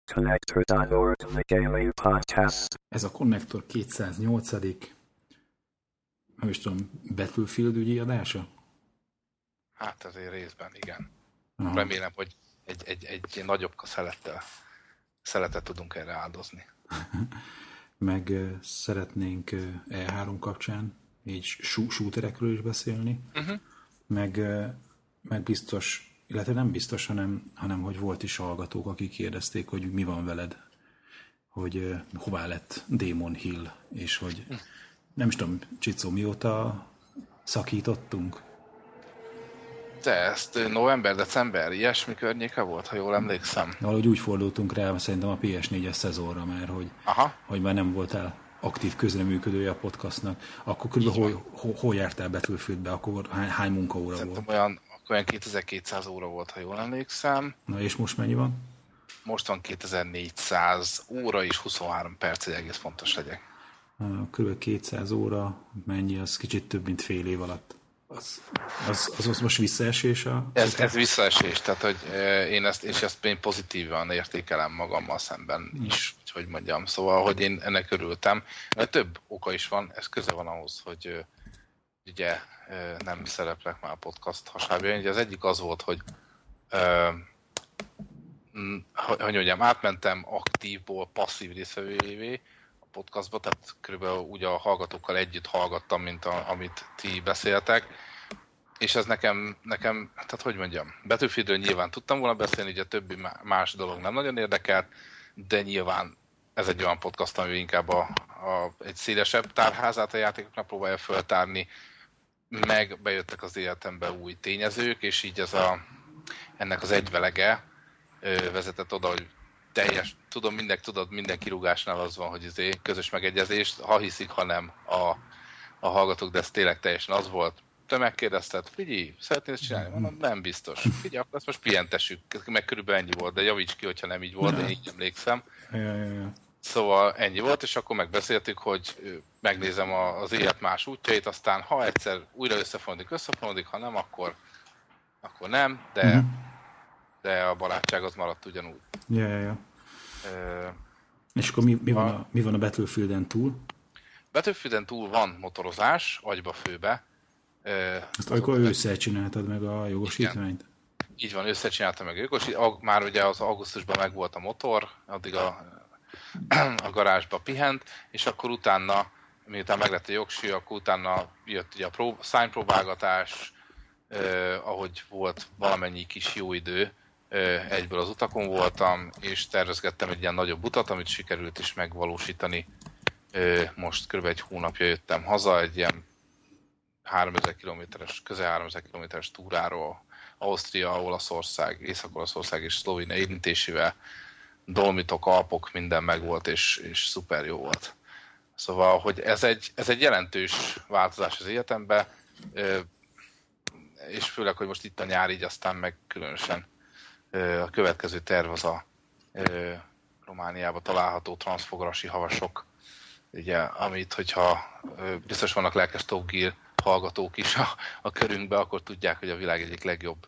Connector.org, the Daily Podcast. Ez a Connector 208. nem is tudom, Battlefield ügyi adása? Hát azért részben, igen. Aha. Remélem, hogy egy nagyobb szeletet tudunk erre áldozni. Meg szeretnénk E3 kapcsán így shooterekről is beszélni. Meg biztos, illetve nem biztos, hanem hogy volt is hallgatók, akik kérdezték, hogy mi van veled, hogy hová lett Demon Hill, és hogy nem is tudom, Csicó, mióta szakítottunk? De ezt november-december, ilyesmi környéke volt, ha jól emlékszem. Valahogy úgy fordultunk rá, szerintem a PS4-es szezonra már, hogy már nem voltál aktív közreműködője a podcastnak. Akkor körülbelül hol jártál Battlefieldbe, akkor hány munkaóra Szerintem volt? olyan 2200 óra volt, ha jól emlékszem. Na és most mennyi van? Most van 2400 óra és 23 perc, hogy egész pontos legyek. Kb. 200 óra, mennyi, az kicsit több, mint fél év alatt. Az most visszaesés? Ez visszaesés, tehát hogy én ezt pozitívan értékelem magammal szemben is, hogy mondjam. Szóval, hogy én ennek örültem. Mert több oka is van, ez köze van ahhoz, hogy ugye nem szereplek már a podcast hasábján. Ugye az egyik az volt, hogy mondjam, átmentem aktívból passzív részvevőjévé a podcastba, tehát körülbelül úgy a hallgatókkal együtt hallgattam, mint amit ti beszéltek, és ez nekem, tehát hogy mondjam, Battlefieldről nyilván tudtam volna beszélni, ugye a többi más dolog nem nagyon érdekelt, de nyilván ez egy olyan podcast, ami inkább egy szélesebb tárházát a játékoknak próbálja föltárni, meg bejöttek az életembe új tényezők, és így ennek az egyvelege vezetett oda, hogy tudom, minden kirúgásnál az van, hogy közös megegyezés, ha hiszik, ha nem a hallgatók, de ez tényleg teljesen az volt. Te megkérdezted, figyelj, szeretnél ezt csinálni? Mondom, nem biztos. Figyelj, akkor ezt most pihentessük. Meg körülbelül ennyi volt, de javíts ki, hogyha nem így volt, de én így emlékszem. Ja. Szóval ennyi volt, és akkor megbeszéltük, hogy megnézem az élet más útjait, aztán ha egyszer újra összefonódik, ha nem, akkor nem, de a barátság az maradt ugyanúgy. Ja. És akkor mi van a Battlefielden túl? Battlefielden túl van motorozás, agyba főbe. Azt akkor ősszel csináltad meg a jogosítványt? Igen. Így van, összecsináltam meg a jogosítványt. Már ugye az augusztusban megvolt a motor, addig a garázsba pihent, és akkor utána, miután meglett a jogsű, akkor utána jött ugye a szárnypróbálgatás, ahogy volt valamennyi kis jó idő, egyből az utakon voltam, és tervezgettem egy ilyen nagyobb utat, amit sikerült is megvalósítani. Most kb. Egy hónapja jöttem haza, egy ilyen 3000 kilométeres, közel 3000 kilométeres túráról, Ausztria, Olaszország, Észak-Olaszország és Szlovénia érintésével, Dolomitok, Alpok, minden megvolt, és szuper jó volt. Szóval, hogy ez egy jelentős változás az életemben, és főleg, hogy most itt a nyár, így aztán meg különösen a következő terv az a Romániában található transzfograsi havasok, ugye, amit, hogyha biztos vannak lelkes Top Gear hallgatók is a körünkbe, akkor tudják, hogy a világ egyik legjobb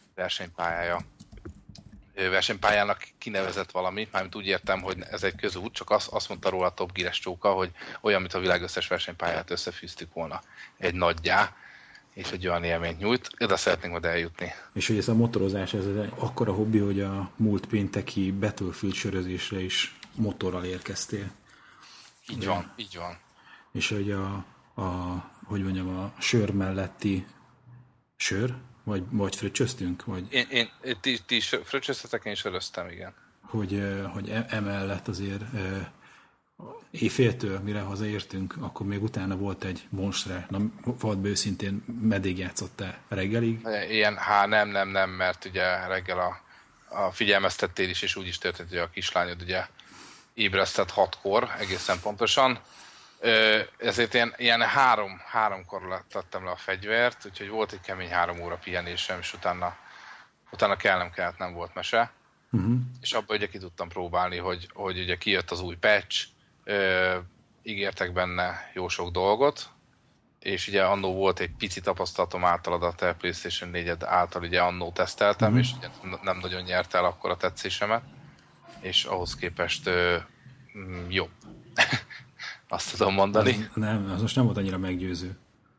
versenypályának kinevezett valami, mármint úgy értem, hogy ez egy közút, csak azt mondta róla a Top Gear-es csóka, hogy olyan, mint a világ összes versenypályát összefűztük volna egy nagyjá, és egy olyan élményt nyújt, oda szeretnénk majd eljutni. És hogy ez a motorozás, ez akkora hobbi, hogy a múlt pénteki Battlefield sörözésre is motorral érkeztél. Így van. És hogy hogy mondjam, a sör melletti sör? Vagy fröccsöztünk? Ti fröccsöztetek, én is söröztem, igen. Hogy emellett azért éjféltől, mire hazaértünk, akkor még utána volt egy monstre. Na, volt be őszintén, meddig játszottál? Reggelig? Ilyen, nem, mert ugye reggel a figyelmeztettél is, és úgy is történt, hogy a kislányod ugye ébresztett 6-kor, egészen pontosan. Ezért ilyen háromkor tettem le a fegyvert, úgyhogy volt egy kemény 3 óra pihenésem, és utána kellett, nem volt mese. És abban ugye ki tudtam próbálni, hogy ugye kijött az új patch, ígértek benne jó sok dolgot, és ugye annó volt egy pici tapasztalatom általad a te PlayStation 4-ed által, ugye annó teszteltem, és ugye nem nagyon nyert el akkor a tetszésemet. és ahhoz képest jobb. Azt tudom mondani. Az most nem volt annyira meggyőző.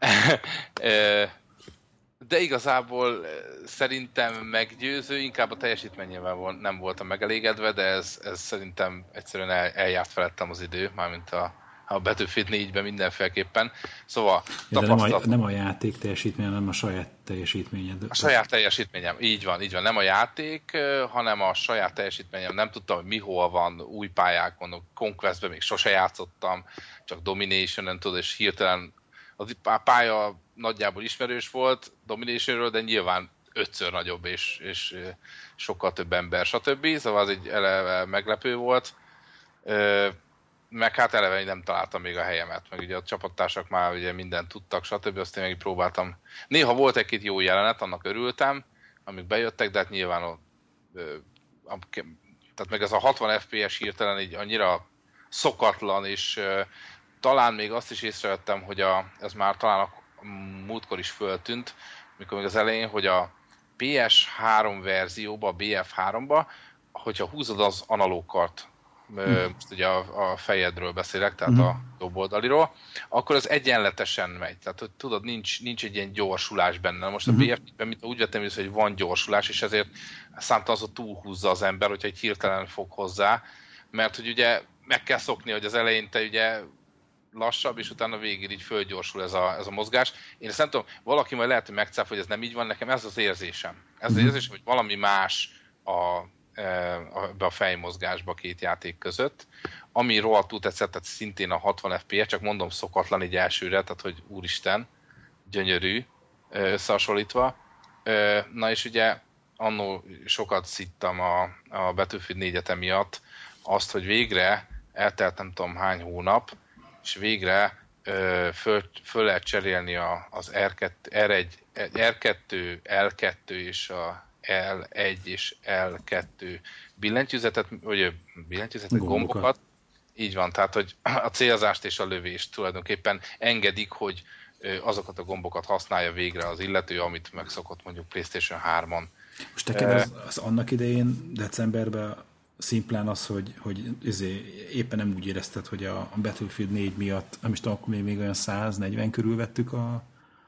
De igazából szerintem meggyőző, inkább a teljesítményével nem voltam megelégedve, de ez szerintem egyszerűen eljárt felettem az idő, mármint a Battlefield 4-ben mindenféleképpen. Szóval nem a játék teljesítménye, hanem a saját teljesítményed. A saját teljesítményem, így van. Nem a játék, hanem a saját teljesítményem. Nem tudtam, hogy mi hol van, új pályákon, Conquestben még sose játszottam, csak Domination-en tudod, és hirtelen a pálya nagyjából ismerős volt Dominationről, de nyilván 5-ször nagyobb, és sokkal több ember, stb. Szóval az egy eleve meglepő volt. Meg hát eleve nem találtam még a helyemet, meg ugye a csapattársak már ugye mindent tudtak, stb. Azt én meg próbáltam. Néha volt egy-két jó jelenet, annak örültem, amik bejöttek, de hát nyilván tehát meg ez a 60 FPS hirtelen így annyira szokatlan, és talán még azt is észrevettem, hogy ez már talán a múltkor is föltűnt, mikor még az elején, hogy a PS3 verzióba, a BF3-ba, hogyha húzod az analóg kart, most ugye a fejedről beszélek, tehát a jobb oldaliról, akkor az egyenletesen megy. Tehát hogy tudod, nincs egy ilyen gyorsulás benne. Most a BF-ben úgy vettem észre, hogy van gyorsulás, és ezért számtalan az túlhúzza az ember, hogyha egy hirtelen fog hozzá, mert hogy ugye meg kell szokni, hogy az elején te ugye lassabb, és utána végig így fölgyorsul ez a mozgás. Én ezt nem tudom, valaki majd lehet, hogy megcáf, hogy ez nem így van, nekem ez az érzésem. Ez az érzésem, hogy valami más a fejmozgásba két játék között, ami rohadtul tetszett, tehát szintén a 60 FPS, csak mondom szokatlan így elsőre, tehát hogy úristen, gyönyörű összehasonlítva. Na és ugye annól sokat szittam a Battlefield 4-et emiatt azt, hogy végre eltelt nem tudom hány hónap, és végre föl lehet cserélni az R2, L2 és a L1 és L2 billentyűzetet, vagy gombokat. Így van, tehát hogy a célzást és a lövést tulajdonképpen engedik, hogy azokat a gombokat használja végre az illető, amit megszokott mondjuk PlayStation 3-on. Most neked az annak idején, decemberben szimplán az, hogy éppen nem úgy érezted, hogy a Battlefield 4 miatt, nem is tudom, akkor még olyan 140 körül vettük a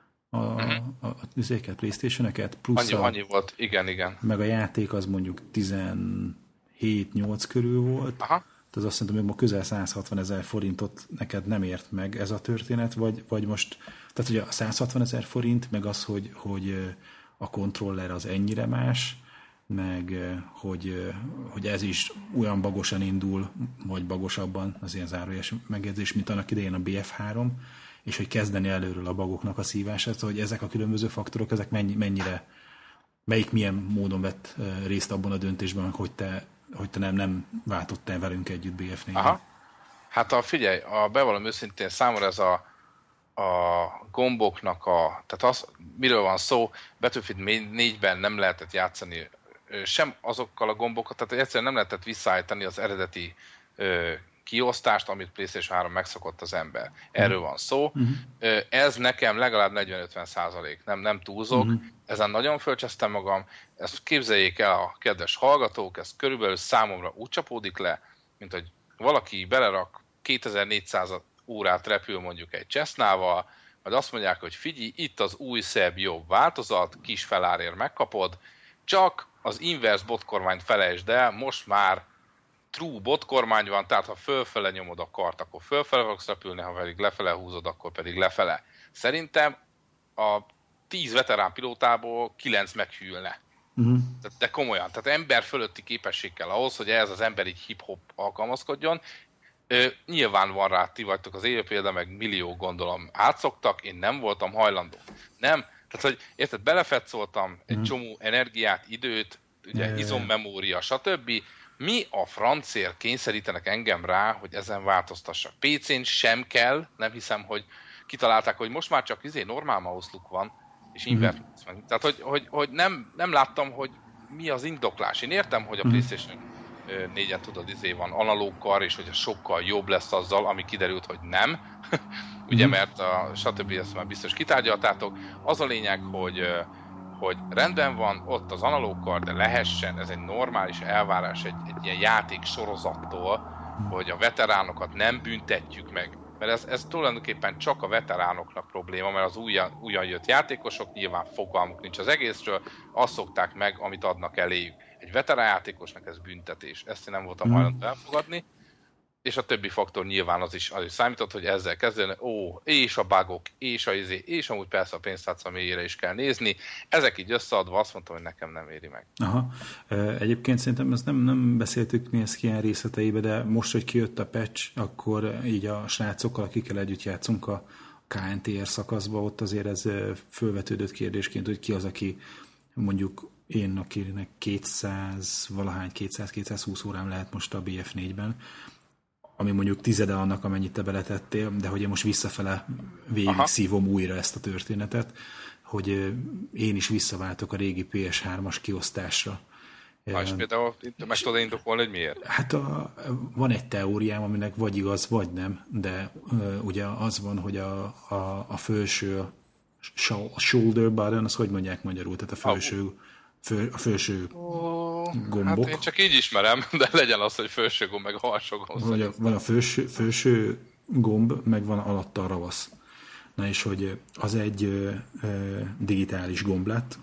PlayStation-eket, plusz annyi volt, igen. Meg a játék az mondjuk 17-8 körül volt. Aha. Tehát azt mondtam, hogy ma közel 160 000 forintot neked nem ért meg ez a történet, vagy most, tehát ugye a 160 000 forint, meg az, hogy a kontroller az ennyire más, meg hogy ez is olyan bagosan indul, vagy bagosabban, az ilyen zárójeles megjegyzés, mint annak idején a BF3, és hogy kezdeni előről a bagoknak a szívását, hogy ezek a különböző faktorok, ezek melyik milyen módon vett részt abban a döntésben, hogy te nem váltottál velünk együtt BF4-ben. Aha. Hát figyelj, bevallom őszintén, számomra ez a gomboknak tehát az, miről van szó, Battlefield 4-ben nem lehetett játszani sem azokkal a gombokat, tehát egyszerűen nem lehetett visszaállítani az eredeti kiosztást, amit PlayStation 3 megszokott az ember. Erről van szó. Ez nekem legalább 40-50%, nem túlzok. Ezen nagyon fölcsesztem magam. Ezt képzeljék el a kedves hallgatók, ez körülbelül számomra úgy csapódik le, mint hogy valaki belerak 2400 órát repül mondjuk egy Cessnával, majd azt mondják, hogy figyelj, itt az új, szebb, jobb változat, kis felárért megkapod, csak az inverse botkormányt felejtsd el, most már true botkormány van, tehát ha fölfele nyomod a kart, akkor fölfele fogsz repülni, ha pedig lefele húzod, akkor pedig lefele. Szerintem a 10 veterán pilótából 9 meghűlne. De komolyan, tehát ember fölötti képesség kell ahhoz, hogy ez az ember így hip-hop alkalmazkodjon. Nyilván van rá, ti vagytok az élő példa, meg millió gondolom átszoktak, én nem voltam hajlandó. Nem, tehát hogy érted, belefetszoltam egy csomó energiát, időt, ugye izommemória, stb. Mi a francért kényszerítenek engem rá, hogy ezen változtassak? PC-n sem kell, nem hiszem, hogy kitalálták, hogy most már csak normál mouse-luk van, és invert. Tehát, hogy nem láttam, hogy mi az indoklás. Én értem, hogy a PlayStation 4-en tudod, van analóg kar, és hogy ez sokkal jobb lesz azzal, ami kiderült, hogy nem. Ugye, mert stb. Ezt már biztos kitárgyaltátok. Az a lényeg, hogy rendben van ott az analóg kard, de lehessen, ez egy normális elvárás egy ilyen játék sorozattól, hogy a veteránokat nem büntetjük meg. Mert ez tulajdonképpen csak a veteránoknak probléma, mert az újan jött játékosok nyilván fogalmuk nincs az egészről, azt szokták meg, amit adnak eléjük. Egy veterán játékosnak ez büntetés. Ezt én nem voltam hajlandó elfogadni. És a többi faktor nyilván az is számított, hogy ezzel kezdődne, és a bugok, és amúgy persze a pénztárca mélyére is kell nézni. Ezek így összeadva azt mondtam, hogy nekem nem éri meg. Aha. Egyébként szerintem ezt nem beszéltük mi ezt ki ilyen részleteibe, de most, hogy kijött a patch, akkor így a srácokkal, akikkel együtt játszunk a KNTR szakaszba, ott azért ez fölvetődött kérdésként, hogy ki az, aki mondjuk én, akinek 200-220 órám lehet most a BF4-ben, ami mondjuk tizede annak, amennyit te beletettél, de hogy én most visszafele végig szívom újra ezt a történetet, hogy én is visszaváltok a régi PS3-as kiosztásra. És például meg tudod indokolni, hogy miért? Hát van egy teóriám, aminek vagy igaz, vagy nem, de ugye az van, hogy a felső a shoulder button, az hogy mondják magyarul, tehát a felső gombok. Hát én csak így ismerem, de legyen az, hogy felső gomb, meg alsó gomb. Van a felső gomb, meg van alatta a ravasz. Na és hogy az egy digitális gomb lett.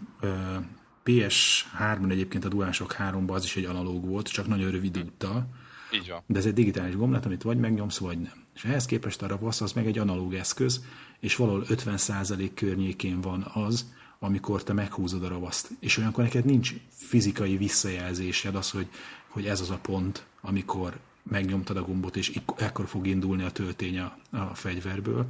PS3-on egyébként a DualShock 3-ban az is egy analóg volt, csak nagyon rövid úttal. Így van. De ez egy digitális gomb lett, amit vagy megnyomsz, vagy nem. És ehhez képest a ravasz az meg egy analóg eszköz, és valahol 50% környékén van az, amikor te meghúzod a ravaszt. És olyankor neked nincs fizikai visszajelzésed az, hogy ez az a pont, amikor megnyomtad a gombot, és ekkor fog indulni a töltény a fegyverből.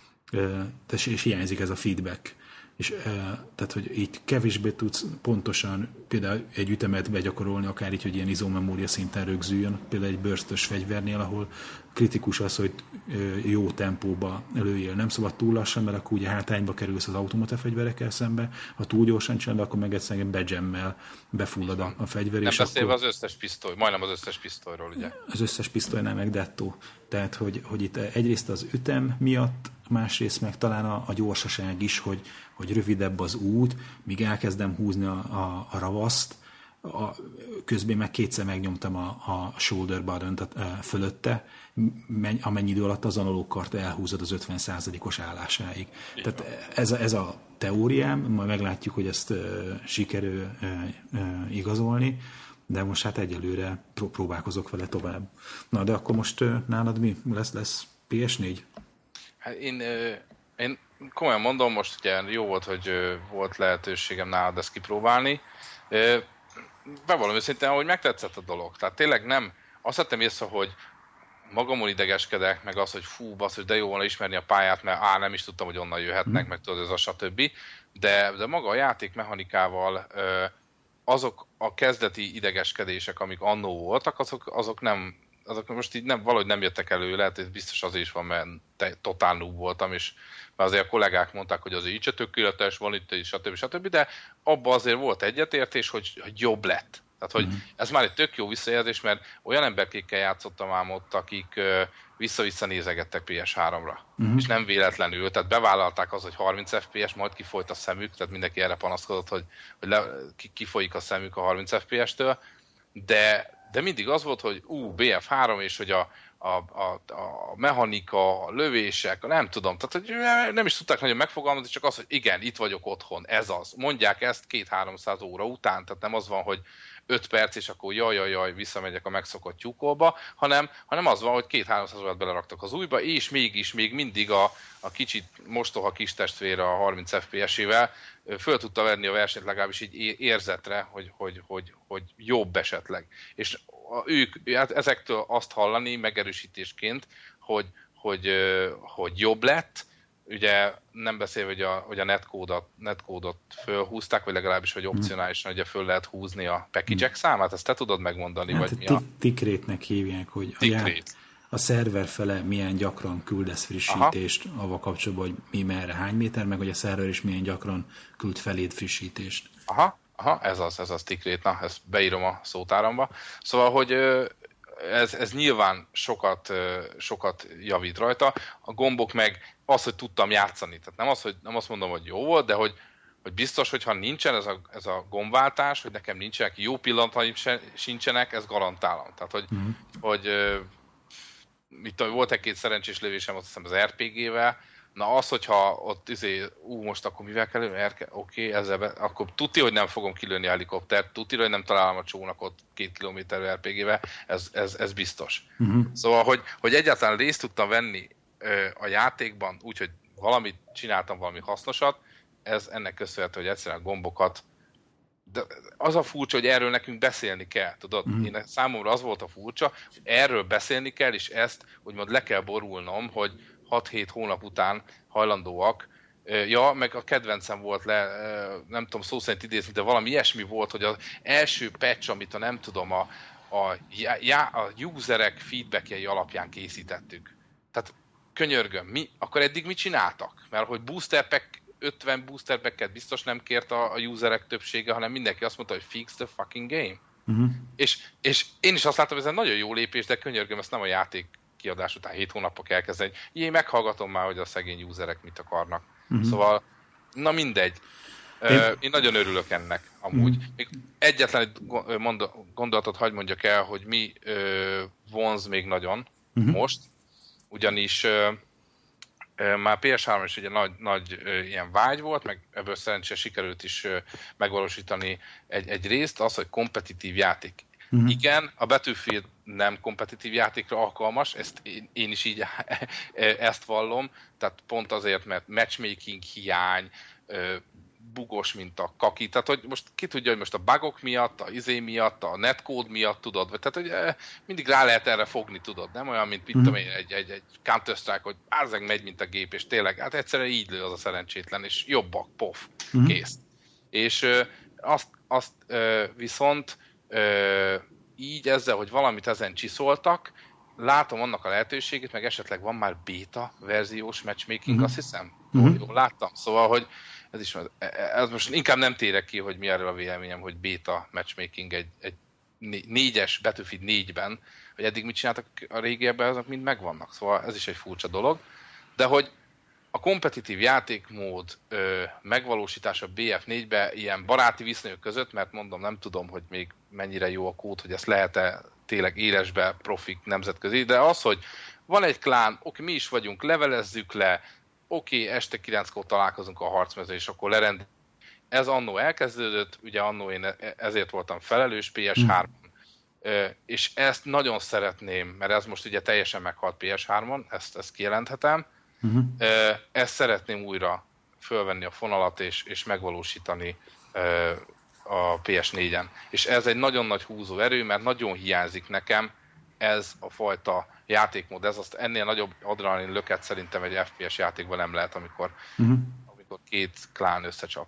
És hiányzik ez a feedback. És tehát, hogy így kevésbé tudsz pontosan például egy ütemet begyakorolni, akár így, hogy ilyen izomemória szinten rögzüljön, például egy burst-ös fegyvernél, ahol kritikus az, hogy jó tempóba lőjél. Nem szabad túl lassan, mert akkor ugye hátányba kerülsz az automata fegyverekkel szembe, ha túl gyorsan csinálod, akkor meg egyszerűen bejemmel befullad a fegyver. Nem beszélve az összes pisztoly, majdnem az összes pisztolyról, ugye? Az összes pisztolynál meg dettó. Tehát, hogy itt egyrészt az ütem miatt, másrészt meg talán a gyorsaság is, hogy rövidebb az út, míg elkezdem húzni a ravaszt, közben meg kétszer megnyomtam a shoulder button fölötte, amennyi idő alatt az analóg elhúzod az 50%-os állásáig. Tehát ez a teóriám, majd meglátjuk, hogy ezt sikerül igazolni, de most hát egyelőre próbálkozok vele tovább. Na, de akkor most nálad mi? Lesz PS4? Hát én komolyan mondom, most ugye jó volt, hogy volt lehetőségem nálad ezt kipróbálni. Bevallom őszintén, hogy megtetszett a dolog. Tehát tényleg nem, azt vettem észre, hogy magamon idegeskedek, meg az, hogy fú, basszus, de jó volna ismerni a pályát, mert nem is tudtam, hogy onnan jöhetnek, meg tudod, ez a stb. De maga a játék mechanikával azok a kezdeti idegeskedések, amik annó voltak, azok most így valahogy nem jöttek elő, lehet, hogy biztos azért is van, mert totál noob voltam, és azért a kollégák mondták, hogy azért így se tökéletes, van itt is, stb. De abban azért volt egyetértés, hogy jobb lett. Tehát, hogy ez már egy tök jó visszajelzés, mert olyan emberkékkel játszottam ám ott, akik vissza-vissza nézegettek PS3-ra. És nem véletlenül, tehát bevállalták az, hogy 30 FPS, majd kifolyt a szemük, tehát mindenki erre panaszkodott, hogy kifolyik a szemük a 30 FPS-től, de mindig az volt, hogy BF3, és hogy a mechanika, a lövések, nem tudom, tehát hogy nem is tudták nagyon megfogalmazni, csak az, hogy igen, itt vagyok otthon, ez az. Mondják ezt 200-300 óra után, tehát nem az van, hogy 5 perc, és akkor jaj, visszamegyek a megszokott tyúkolba, hanem az van, hogy 200-300 órát beleraktak az újba, és mégis még mindig a kicsit mostoha kis testvére a 30 FPS-ével föl tudta venni a versenyt legalábbis így érzetre, hogy jobb esetleg. És hát ezektől azt hallani megerősítésként, hogy jobb lett, ugye nem beszélve, hogy a netcode-ot fölhúzták, vagy legalábbis, hogy opcionálisan ugye föl lehet húzni a package-ek számát, ezt te tudod megmondani, hát vagy mi a... Tick-rate-nek hívják, hogy a szerver fele milyen gyakran küldesz frissítést, avval kapcsolatban, hogy mi merre, hány méter, meg hogy a szerver is milyen gyakran küld feléd frissítést. Aha, ez az tick rate, na, ezt beírom a szótáramba. Szóval, hogy ez nyilván sokat javít rajta, a gombok meg az, hogy tudtam játszani. Tehát nem azt mondom, hogy jó volt, de hogy hogy biztos, hogyha nincsen ez a gombváltás, hogy nekem nincsenek jó pillanataim sincsenek, ez garantálom. Tehát, hogy volt egy-két szerencsés lövésem, azt hiszem az RPG-vel, na az, hogyha ott most akkor mivel kell lőni? Oké, akkor tuti, hogy nem fogom kilőni a helikoptert, tuti, hogy nem találom a csónakot 2 kilométerű RPG-vel, ez biztos. Szóval, hogy egyáltalán részt tudtam venni a játékban, úgyhogy csináltam valami hasznosat, ez ennek köszönhető, hogy egyszerűen a gombokat, de az a furcsa, hogy erről nekünk beszélni kell, tudod? Számomra az volt a furcsa, hogy erről beszélni kell, és ezt úgymond le kell borulnom, hogy 6-7 hónap után hajlandóak. Ja, meg a kedvencem volt nem tudom szó szerint idézni, de valami ilyesmi volt, hogy az első patch, amit a userek feedbackjei alapján készítettük. Tehát könyörgöm, akkor eddig mit csináltak? Mert hogy booster pack 50 booster packet biztos nem kért a userek többsége, hanem mindenki azt mondta, hogy fix the fucking game. És én is azt láttam, hogy ez egy nagyon jó lépés, de könyörgöm, ezt nem a játék kiadás után 7 hónappal kell kezdeni. Én meghallgatom már, hogy a szegény userek mit akarnak. Szóval, na mindegy. Én nagyon örülök ennek amúgy. Még egyetlen egy gondolatot hadd mondjak el, hogy mi vonz még nagyon most, ugyanis már PS3 is ugye nagy ilyen vágy volt, meg ebből szerencsére sikerült is megvalósítani egy részt, az, hogy kompetitív játék. Igen, a Battlefield nem kompetitív játékra alkalmas, én is így ezt vallom, tehát pont azért, mert matchmaking hiány, bugos, mint a kaki, tehát hogy most ki tudja, hogy most a bugok miatt, a miatt, a netcode miatt, tudod, tehát hogy mindig rá lehet erre fogni, tudod, nem olyan, mint egy Counter-Strike, hogy árzeg megy, mint a gép, és tényleg, hát egyszerűen így lő az a szerencsétlen, és jobbak, pof, kész. És azt viszont így ezzel, hogy valamit ezen csiszoltak, látom annak a lehetőségét, meg van már beta verziós matchmaking, azt hiszem, jól láttam, szóval, hogy ez most inkább nem térek ki, hogy mi erről a véleményem, hogy beta matchmaking egy 4-es Battlefield 4-ben, hogy eddig mit csináltak a régiekben, azok mind megvannak. Szóval ez is egy furcsa dolog. De hogy a kompetitív játékmód megvalósítása BF4-be ilyen baráti viszonyok között, mert mondom, nem tudom, hogy még mennyire jó a kód, hogy ezt lehet-e tényleg élesbe profik nemzetközi, de az, hogy van egy klán, oké, mi is vagyunk, levelezzük le, oké, este 9-kor találkozunk a harcmezőn, és akkor lerendeljük. Ez annó elkezdődött, ugye annó én ezért voltam felelős PS3-on, és ezt nagyon szeretném, mert ez most ugye teljesen meghalt PS3-on, ezt kijelenthetem, ezt szeretném újra fölvenni a fonalat, és megvalósítani a PS4-en. És ez egy nagyon nagy húzó erő, mert nagyon hiányzik nekem ez a fajta játékmód, ennél nagyobb adrenalin löket szerintem egy FPS játékban nem lehet, amikor két klán összecsap.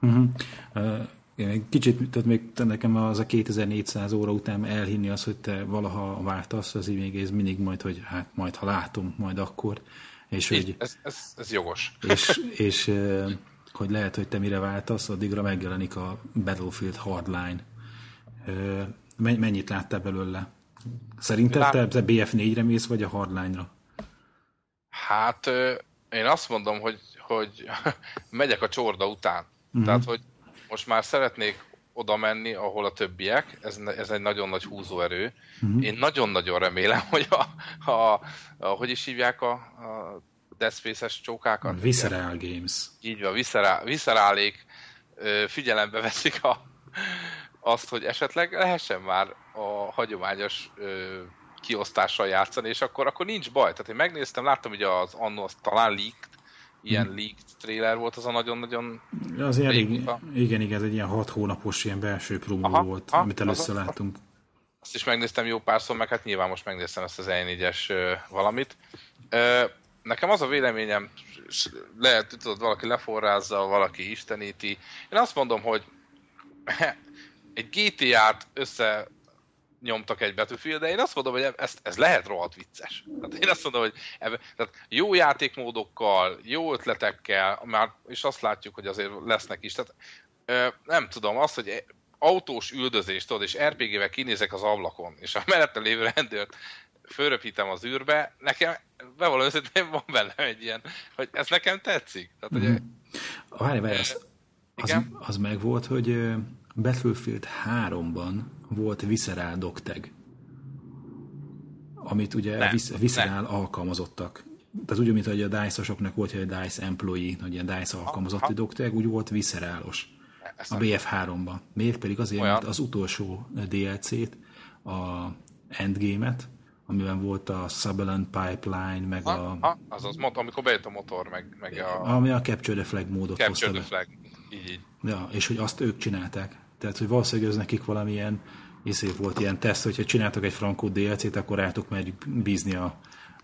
Kicsit, tehát még nekem az a 2400 óra után elhinni az, hogy te valaha váltasz, az még ez mindig majd, hogy hát majd ha látom, majd akkor. És így, hogy, ez jogos. És hogy lehet, hogy te mire váltasz, addigra megjelenik a Battlefield Hardline. Mennyit láttál belőle? Szerinted te BF4-re mész, vagy a Hardline-ra? Hát én azt mondom, hogy megyek a csorda után. Tehát, hogy most már szeretnék oda menni, ahol a többiek, ez egy nagyon nagy húzóerő. Én nagyon-nagyon remélem, hogy hogy is hívják a Death Space-es csókákat? Visceral Games. Így van, Viscerálék figyelembe veszik azt, hogy esetleg lehessen már a hagyományos kiosztással játszani, és akkor nincs baj. Tehát én megnéztem, láttam, hogy az anno az talán leaked trailer volt, az a nagyon-nagyon igen, ez egy ilyen 6 hónapos ilyen belső próba volt, amit először láttunk. Azt is megnéztem jó párszor, meg hát nyilván most megnéztem ezt az E4-es valamit. Nekem az a véleményem, lehet, tudod, valaki leforrázza, valaki isteníti. Én azt mondom, hogy egy GTA-t összenyomtak egy Battlefield, de én azt mondom, hogy ez lehet rohadt vicces. Tehát én azt mondom, hogy tehát jó játékmódokkal, jó ötletekkel, és azt látjuk, hogy azért lesznek is. Tehát nem tudom, az, hogy autós üldözést, tudod, és RPG-vel kinézek az ablakon, és a mellette lévő rendőrt fölröpítem az űrbe, nekem bevallom őszintén van bennem egy ilyen, hogy ez nekem tetszik. Tehát, Várj, az meg volt, hogy Battlefield 3-ban volt Visceral Dogtag, amit ugye Visceral alkalmazottak. Tehát úgy, mint hogy a DICE-osoknak volt egy DICE employee, hogy ilyen DICE alkalmazotti dogtag, úgy volt Viscerálos a BF3-ban. Miért pedig azért, mert az utolsó DLC-t, a Endgame-et, amiben volt a Sutherland Pipeline, meg azaz, amikor bejött a motor, meg ami a Capture the Flag módot hozta Capture the Flag, így. Ja, és hogy azt ők csinálták. Tehát, hogy valószínűleg ez nekik valamilyen volt ilyen teszt, hogyha csináltak egy frankó DLC-t, akkor rátok merjük bízni a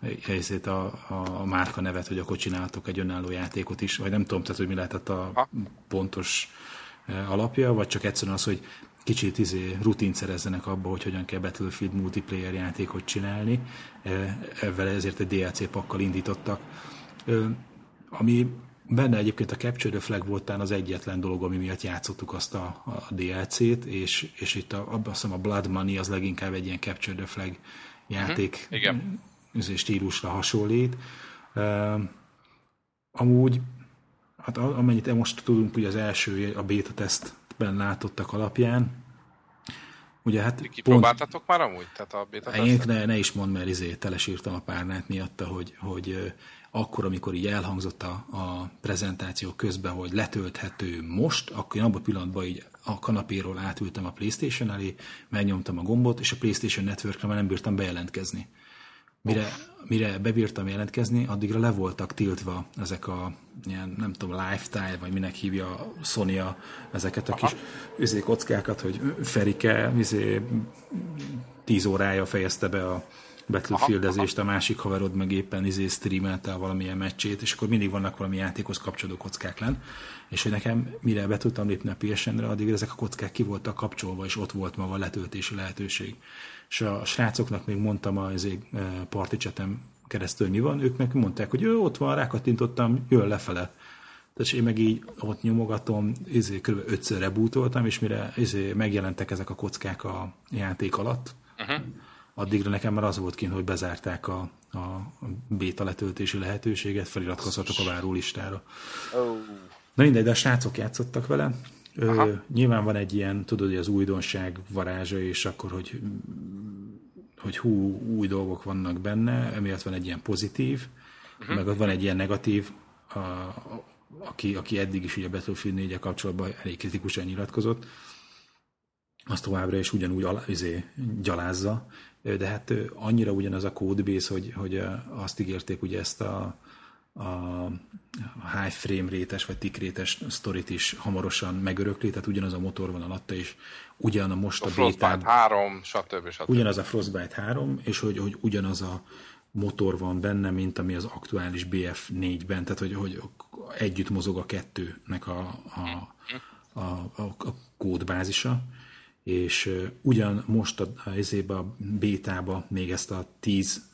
márka nevet, hogy akkor csináltok egy önálló játékot is, vagy nem tudom, tehát, hogy mi lehetett a pontos alapja, vagy csak egyszerűen az, hogy kicsit rutint szerezzenek abba, hogy hogyan kell Battlefield multiplayer játékot csinálni. Ezzel ezért egy DLC pakkal indítottak. Ami benne egyébként a Capture the Flag voltán az egyetlen dolog, ami miatt játszottuk azt a DLC-t, és itt azt hiszem a Blood Money az leginkább egy ilyen Capture the Flag játék stílusra hasonlít. Amúgy, hát amennyit most tudunk, ugye az első a beta tesztben látottak alapján, ugye hát kipróbáltatok már amúgy? Tehát a beta tesztet? Ne is mondd, mert telesírtam a párnát miatta, hogy akkor, amikor így elhangzott a prezentáció közben, hogy letölthető most, akkor én abban a pillanatban így a kanapéról átültem a PlayStation elé, megnyomtam a gombot, és a PlayStation Networkre már nem bírtam bejelentkezni. Mire bebírtam jelentkezni, addigra le voltak tiltva ezek a ilyen, nem tudom, lifestyle, vagy minek hívja a Sony ezeket a kis kockákat, hogy Ferike 10 órája fejezte be a Battlefield-ezést, a másik haverod meg éppen streamelte valamilyen meccsét, és akkor mindig vannak valami játékhoz kapcsolódó kockák lenn, és hogy nekem mire be tudtam lépni a PSN-re, addig ezek a kockák ki voltak kapcsolva, és ott volt maga a letöltési lehetőség. És a srácoknak még mondtam a party chatem keresztül, mi van, ők meg mondták, hogy ott van, rákattintottam, jön lefele. Tehát én meg így ott nyomogatom, kb. 5-ször rebootoltam, és mire megjelentek ezek a kockák a játék alatt, addigra nekem már az volt kint, hogy bezárták a beta letöltési lehetőséget, feliratkozhatok a várólistára. Na mindegy, de a srácok játszottak vele. Nyilván van egy ilyen, tudod, hogy az újdonság varázsa, és akkor, hogy új dolgok vannak benne, emiatt van egy ilyen pozitív, meg van egy ilyen negatív, aki eddig is ugye Battlefield 4-el kapcsolatban elég kritikusan nyilatkozott, azt továbbra is ugyanúgy gyalázza, de hát annyira ugyanaz a codebase, hogy azt ígérték ugye ezt a high frame rate-es vagy tick rate-es sztorit is hamarosan megörökli, tehát ugyanaz a motor van alatta, és ugyan most a Frostbite 3, stb. Ugyanaz a Frostbite 3, és hogy ugyanaz a motor van benne, mint ami az aktuális BF4-ben, tehát hogy együtt mozog a kettőnek a kódbázisa, és ugyan most a bétába még ezt a 10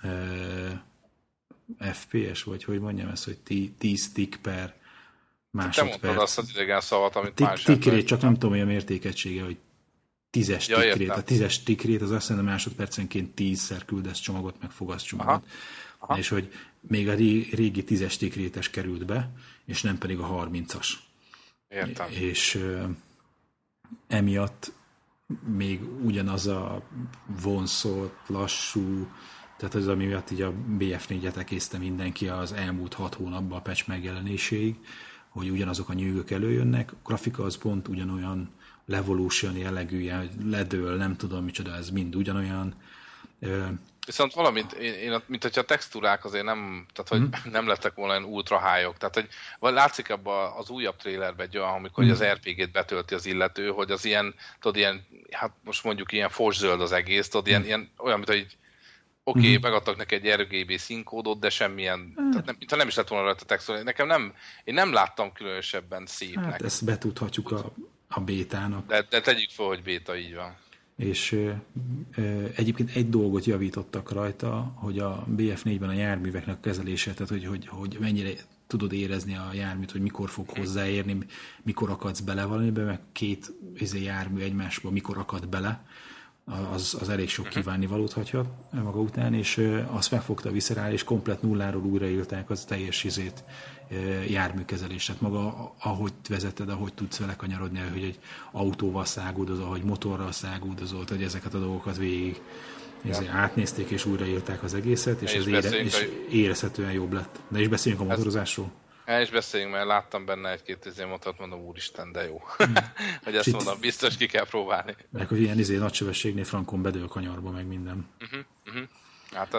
FPS, vagy hogy mondjam ezt, hogy 10 tick per másodperc. Te mondtad azt az idegen szavat, amit más tick rate, csak nem tudom, hogy a mértékegysége, hogy 10-es tick rate. A 10-es tick rate az azt jelenti, hogy másodpercenként 10-szer küldesz csomagot, meg fogasz csomagot. És hogy még a régi 10-es tick rate-es került be, és nem pedig a 30-as. Értem. És emiatt még ugyanaz a vonszolt, lassú, tehát az, ami miatt így a BF4-et ekészte mindenki az elmúlt 6 hónapban a patch megjelenéséig, hogy ugyanazok a nyűgök előjönnek, a grafika az pont ugyanolyan Levolution jellegű, hogy ledől, nem tudom micsoda, ez mind ugyanolyan. Viszont valamint, mint hogyha a textúrák azért nem, tehát hogy nem lettek volna olyan ultra high-ok, tehát hogy látszik ebben az újabb trailerben egy olyan, amikor az RPG-t betölti az illető, hogy az ilyen, tudod, ilyen, hát most mondjuk ilyen forszöld az egész, tudod, ilyen olyan, mint hogy oké, megadtak neki egy RGB színkódot, de semmilyen, tehát nem is lett volna rajta textúra. Nekem nem, én nem láttam különösebben szépnek. Hát ezt betudhatjuk a bétának. De tegyük fel, hogy béta, így van. És egyébként egy dolgot javítottak rajta, hogy a BF4-ben a járműveknek a kezelése, tehát hogy mennyire tudod érezni a járműt, hogy mikor fog hozzáérni, mikor akadsz bele valamibe, meg két jármű egymásba mikor akad bele. az elég sok kívánnivalót hagyhat maga után, és azt megfogta a Visceral, és komplet nulláról újraírták az teljes járműkezelést. Tehát maga, ahogy vezeted, ahogy tudsz vele kanyarodni, hogy egy autóval száguldozol, ahogy motorral száguldozol, hogy ezeket a dolgokat végig átnézték, és újraírták az egészet, és ez érezhetően jobb lett. De is beszéljünk a motorozásról. El is beszéljünk, mert láttam benne egy-két motort, mondom, úristen, de jó. Hogy ezt mondom, biztos ki kell próbálni. Meg, hogy ilyen nagy sebességnél frankon bedől kanyarba, meg minden. Hát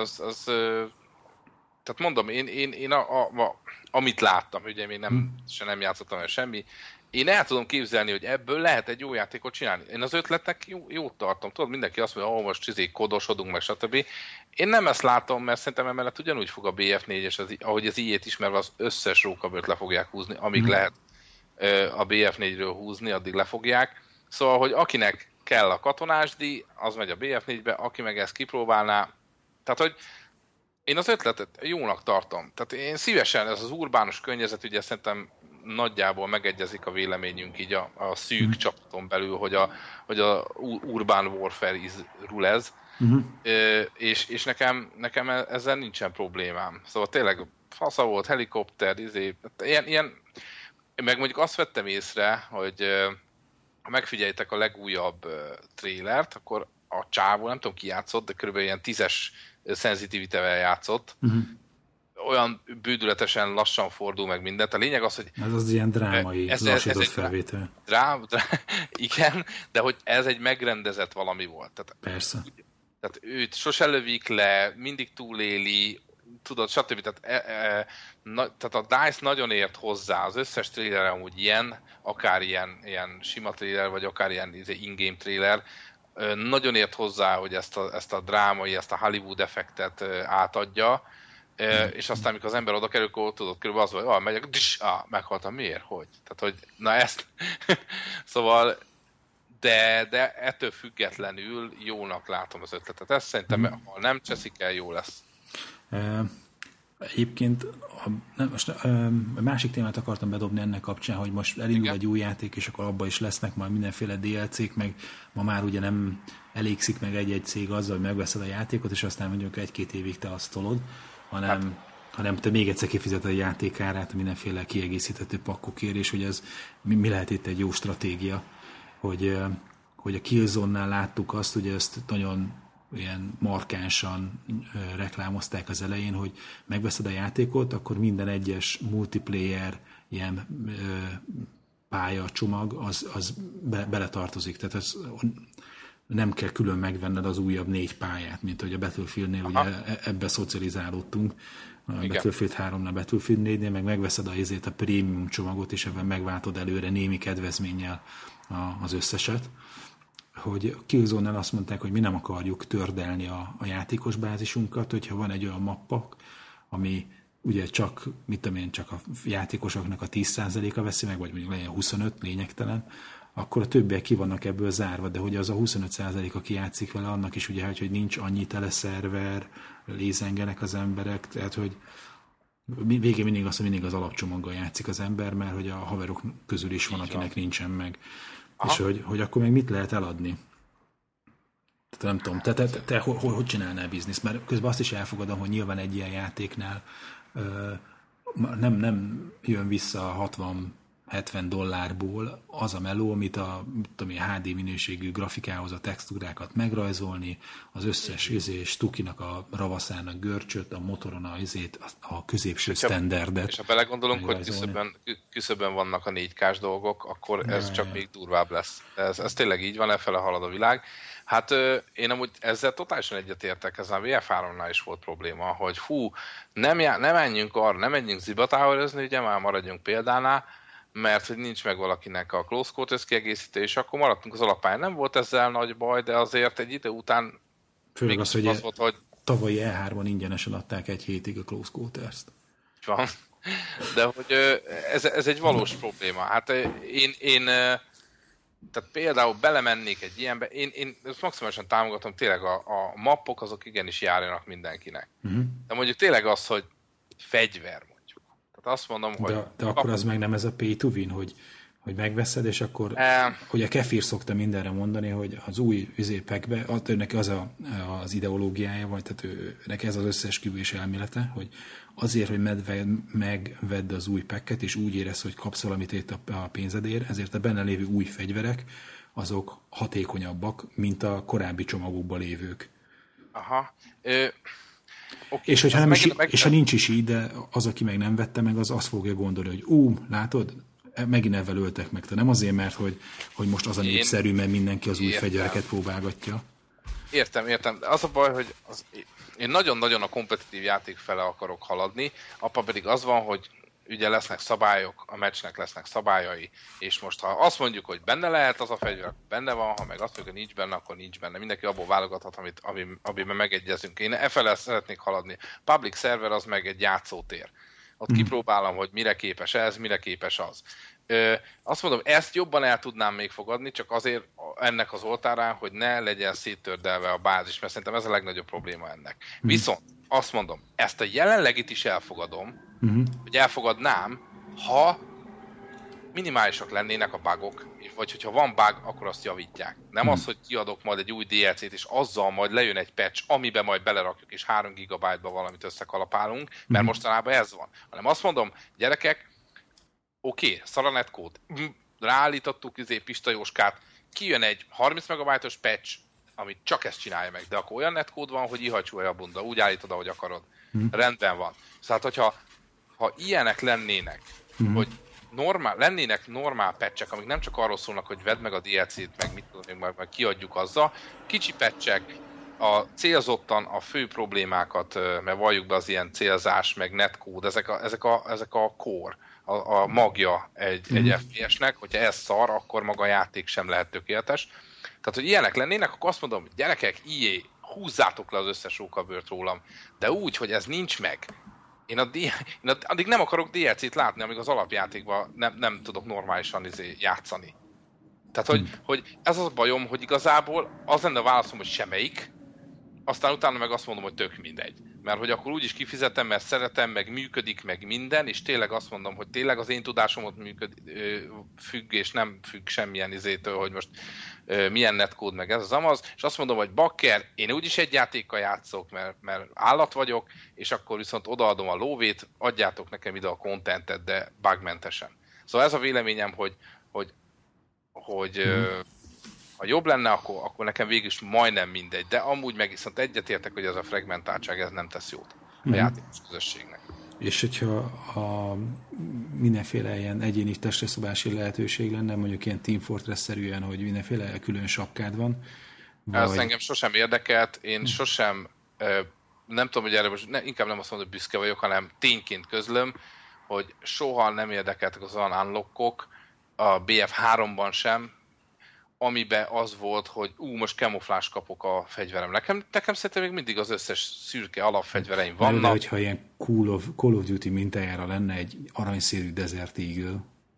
tehát mondom, én amit láttam, ugye még nem játszottam el semmi, én el tudom képzelni, hogy ebből lehet egy jó játékot csinálni. Én az ötletnek jót tartom. Tudod, mindenki azt mondja, most kodosodunk, meg stb. Én nem ezt látom, mert szerintem emellett ugyanúgy fog a BF4, és ahogy az IE-t ismerve az összes rókabőrt le fogják húzni, amíg lehet a BF4-ről húzni, addig le fogják. Szóval, hogy akinek kell a katonásdi, az megy a BF4-be, aki meg ezt kipróbálná. Tehát, hogy én az ötletet jónak tartom. Tehát én szívesen, ez az urbánus környezet, ugye szerintem nagyjából megegyezik a véleményünk így a szűk csapaton belül, hogy a Urban Warfare is rulez, és nekem ezzel nincsen problémám. Szóval tényleg fasza volt, helikopter, ilyen, meg mondjuk azt vettem észre, hogy ha megfigyeljétek a legújabb trélert, akkor a csávó, nem tudom ki játszott, de körülbelül ilyen 10-es szenzitivitevel játszott, olyan bődületesen lassan fordul meg mindent. A lényeg az, hogy... Ez az ilyen drámai, lassított felvétel. Igen, de hogy ez egy megrendezett valami volt. Tehát, persze. Tehát őt sose lövik le, mindig túléli, tudod, stb. Tehát a DICE nagyon ért hozzá. Az összes trailer amúgy ilyen, akár ilyen sima trailer, vagy akár ilyen in-game trailer, nagyon ért hozzá, hogy ezt a drámai, ezt a Hollywood effektet átadja, és aztán, amikor az ember oda kerül, akkor tudod, körülbelül az, hogy megyek, meghaltam, miért, hogy? Tehát, hogy na ezt, szóval, de ettől függetlenül jónak látom az ötletet. Ezt szerintem, ha nem cseszik el, jó lesz. Egyébként a másik témát akartam bedobni ennek kapcsán, hogy most elindul egy új játék, és akkor abban is lesznek majd mindenféle DLC-k, meg ma már ugye nem elégszik meg egy-egy cég azzal, hogy megveszed a játékot, és aztán mondjuk 1-2 évig te azt tolod, hanem te még egyszer kifizeted a játékárát mindenféle kiegészíthető pakkokért, és hogy ez mi lehet itt egy jó stratégia, hogy a Killzone-nál láttuk azt, hogy ezt nagyon ilyen markánsan reklámozták az elején, hogy megveszed a játékot, akkor minden egyes multiplayer ilyen pályacsomag az beletartozik. Tehát ez nem kell külön megvenned az újabb 4 pályát, mint hogy a Battlefieldnél ugye ebbe szocializálódtunk. A Battlefield 3-nál, Battlefield 4-nél meg megveszed a prémium csomagot, és ebben megváltod előre némi kedvezménnyel az összeset. Hogy Killzone-nál azt mondták, hogy mi nem akarjuk tördelni a játékos bázisunkat, hogyha van egy olyan mappa, ami ugye csak a játékosoknak a 10%-a veszi meg, vagy mondjuk legyen 25, lényegtelen, akkor a többiek ki vannak ebből zárva, de hogy az a 25%, aki játszik vele, annak is ugye, hogy nincs annyi teleszerver, lézengenek az emberek, tehát hogy végén mindig az alapcsomaggal játszik az ember, mert hogy a haverok közül is van, akinek nincsen meg. És hogy akkor meg mit lehet eladni? Tehát nem tudom, te hogy csinálnál biznisz? Mert közben azt is elfogadom, hogy nyilván egy ilyen játéknál nem jön vissza $60-70 az a meló, amit a HD minőségű grafikához a textúrákat megrajzolni, az összes stukinak a ravaszának görcsöt, a motoron a középső standardet. És ha belegondolunk, hogy küszöbben vannak a 4K-s dolgok, akkor ez csak még durvább lesz. Ez tényleg így van, lefele halad a világ. Hát én amúgy ezzel totálisan egyetértek, ez a VF3-nál is volt probléma, hogy nem menjünk arra, nem menjünk zibatáhorezni, ugye már maradjunk példánál, mert hogy nincs meg valakinek a close quarters kiegészítés, akkor maradtunk az alapályán. Nem volt ezzel nagy baj, de azért egy idő után főleg az, hogy tavalyi E3-on ingyenesen adták egy hétig a close quarters-t. Van. De hogy ez egy valós probléma. Hát én tehát például belemennék egy ilyenbe, én ezt maximálisan támogatom, tényleg a mappok azok igenis járjanak mindenkinek. De mondjuk tényleg az, hogy fegyver mondjuk. Tehát azt mondom, hogy... De akkor az meg nem ez a pay to win, hogy megveszed, és akkor, hogy a Kefir szokta mindenre mondani, hogy az új packbe, neki az az ideológiája, vagy tehát neki ez az összeesküvés elmélete, hogy azért, hogy megvedd az új packet, és úgy érez, hogy kapsz valamit itt a pénzedért, ezért a benne lévő új fegyverek, azok hatékonyabbak, mint a korábbi csomagokban lévők. Aha. Okay. És ha nincs is így, de az, aki meg nem vette meg, az azt fogja gondolni, hogy látod, megint ezzel öltek meg. Nem azért, mert hogy most az a népszerű, mert mindenki az új fegyvereket próbálgatja. Értem. De az a baj, hogy én nagyon-nagyon a kompetitív játék fele akarok haladni, apa pedig az van, hogy ugye lesznek szabályok, a meccsnek lesznek szabályai, és most ha azt mondjuk, hogy benne lehet az a fegyver, benne van, ha meg azt mondjuk, hogy nincs benne, akkor nincs benne. Mindenki abból válogathat, amiben megegyezünk. Én efele szeretnék haladni. Public server az meg egy játszótér. Ott kipróbálom, hogy mire képes ez, mire képes az. Azt mondom, ezt jobban el tudnám még fogadni, csak azért ennek az oltárán, hogy ne legyen széttördelve a bázis, mert szerintem ez a legnagyobb probléma ennek. Viszont azt mondom, ezt a jelenlegit is elfogadom, hogy elfogadnám, ha minimálisak lennének a bugok, vagy hogyha van bug, akkor azt javítják. Nem az, hogy kiadok majd egy új DLC-t, és azzal majd lejön egy patch, amiben majd belerakjuk, és 3 GB-ba valamit összekalapálunk, mert mostanában ez van. Hanem azt mondom, gyerekek, oké, szar a netcode, ráállítottuk Pista Jóskát, kijön egy 30 MB-os patch, amit csak ezt csinálja meg, de akkor olyan netcode van, hogy ihacsúlja a bunda, úgy állítod, ahogy akarod. Rendben van. Szóval, hogyha ilyenek lennének, hogy lennének normál patchek, amik nem csak arról szólnak, hogy vedd meg a DLC-t, meg mit tudom, meg kiadjuk azzal, kicsi patchek, a célzottan a fő problémákat, mert valljuk be az ilyen célzás, meg netcode, ezek a core, a magja egy FPS-nek, hogyha ez szar, akkor maga a játék sem lehet tökéletes. Tehát, hogy ilyenek lennének, akkor azt mondom, gyerekek, EA, húzzátok le az összes rókabőrt rólam, de úgy, hogy ez nincs meg. Én addig nem akarok DLC-t látni, amíg az alapjátékban nem tudok normálisan játszani. Tehát, hogy ez az a bajom, hogy igazából az lenne a válaszom, hogy semmelyik, aztán utána meg azt mondom, hogy tök mindegy. Mert hogy akkor úgyis kifizetem, mert szeretem, meg működik, meg minden, és tényleg azt mondom, hogy tényleg az én tudásomot függ, és nem függ semmilyen izétől, hogy most milyen netcode, meg ez az amaz, és azt mondom, hogy bakker, én úgyis egy játékkal játszok, mert állat vagyok, és akkor viszont odaadom a lóvét, adjátok nekem ide a contentet, de bugmentesen. Szóval ez a véleményem, hogy ha jobb lenne, akkor nekem végül is majdnem mindegy, de amúgy meg viszont egyetértek, hogy ez a fragmentáltság, ez nem tesz jót a játékos közösségnek. És hogyha mindenféle ilyen egyéni testreszabási lehetőség lenne, mondjuk ilyen Team Fortress-szerűen, hogy mindenféle külön sapkád van. Vagy... Ez engem sosem érdekelt, én sosem, nem tudom, hogy erre most inkább nem azt mondom, hogy büszke vagyok, hanem tényként közlöm, hogy soha nem érdekeltek az olyan unlockok, a BF3-ban sem, amiben az volt, hogy most kamuflás kapok a fegyverem. Nekem szerintem még mindig az összes szürke alapfegyvereim vannak. De hogyha ilyen Call of Duty mintájára lenne egy aranyszínű Desert Eagle.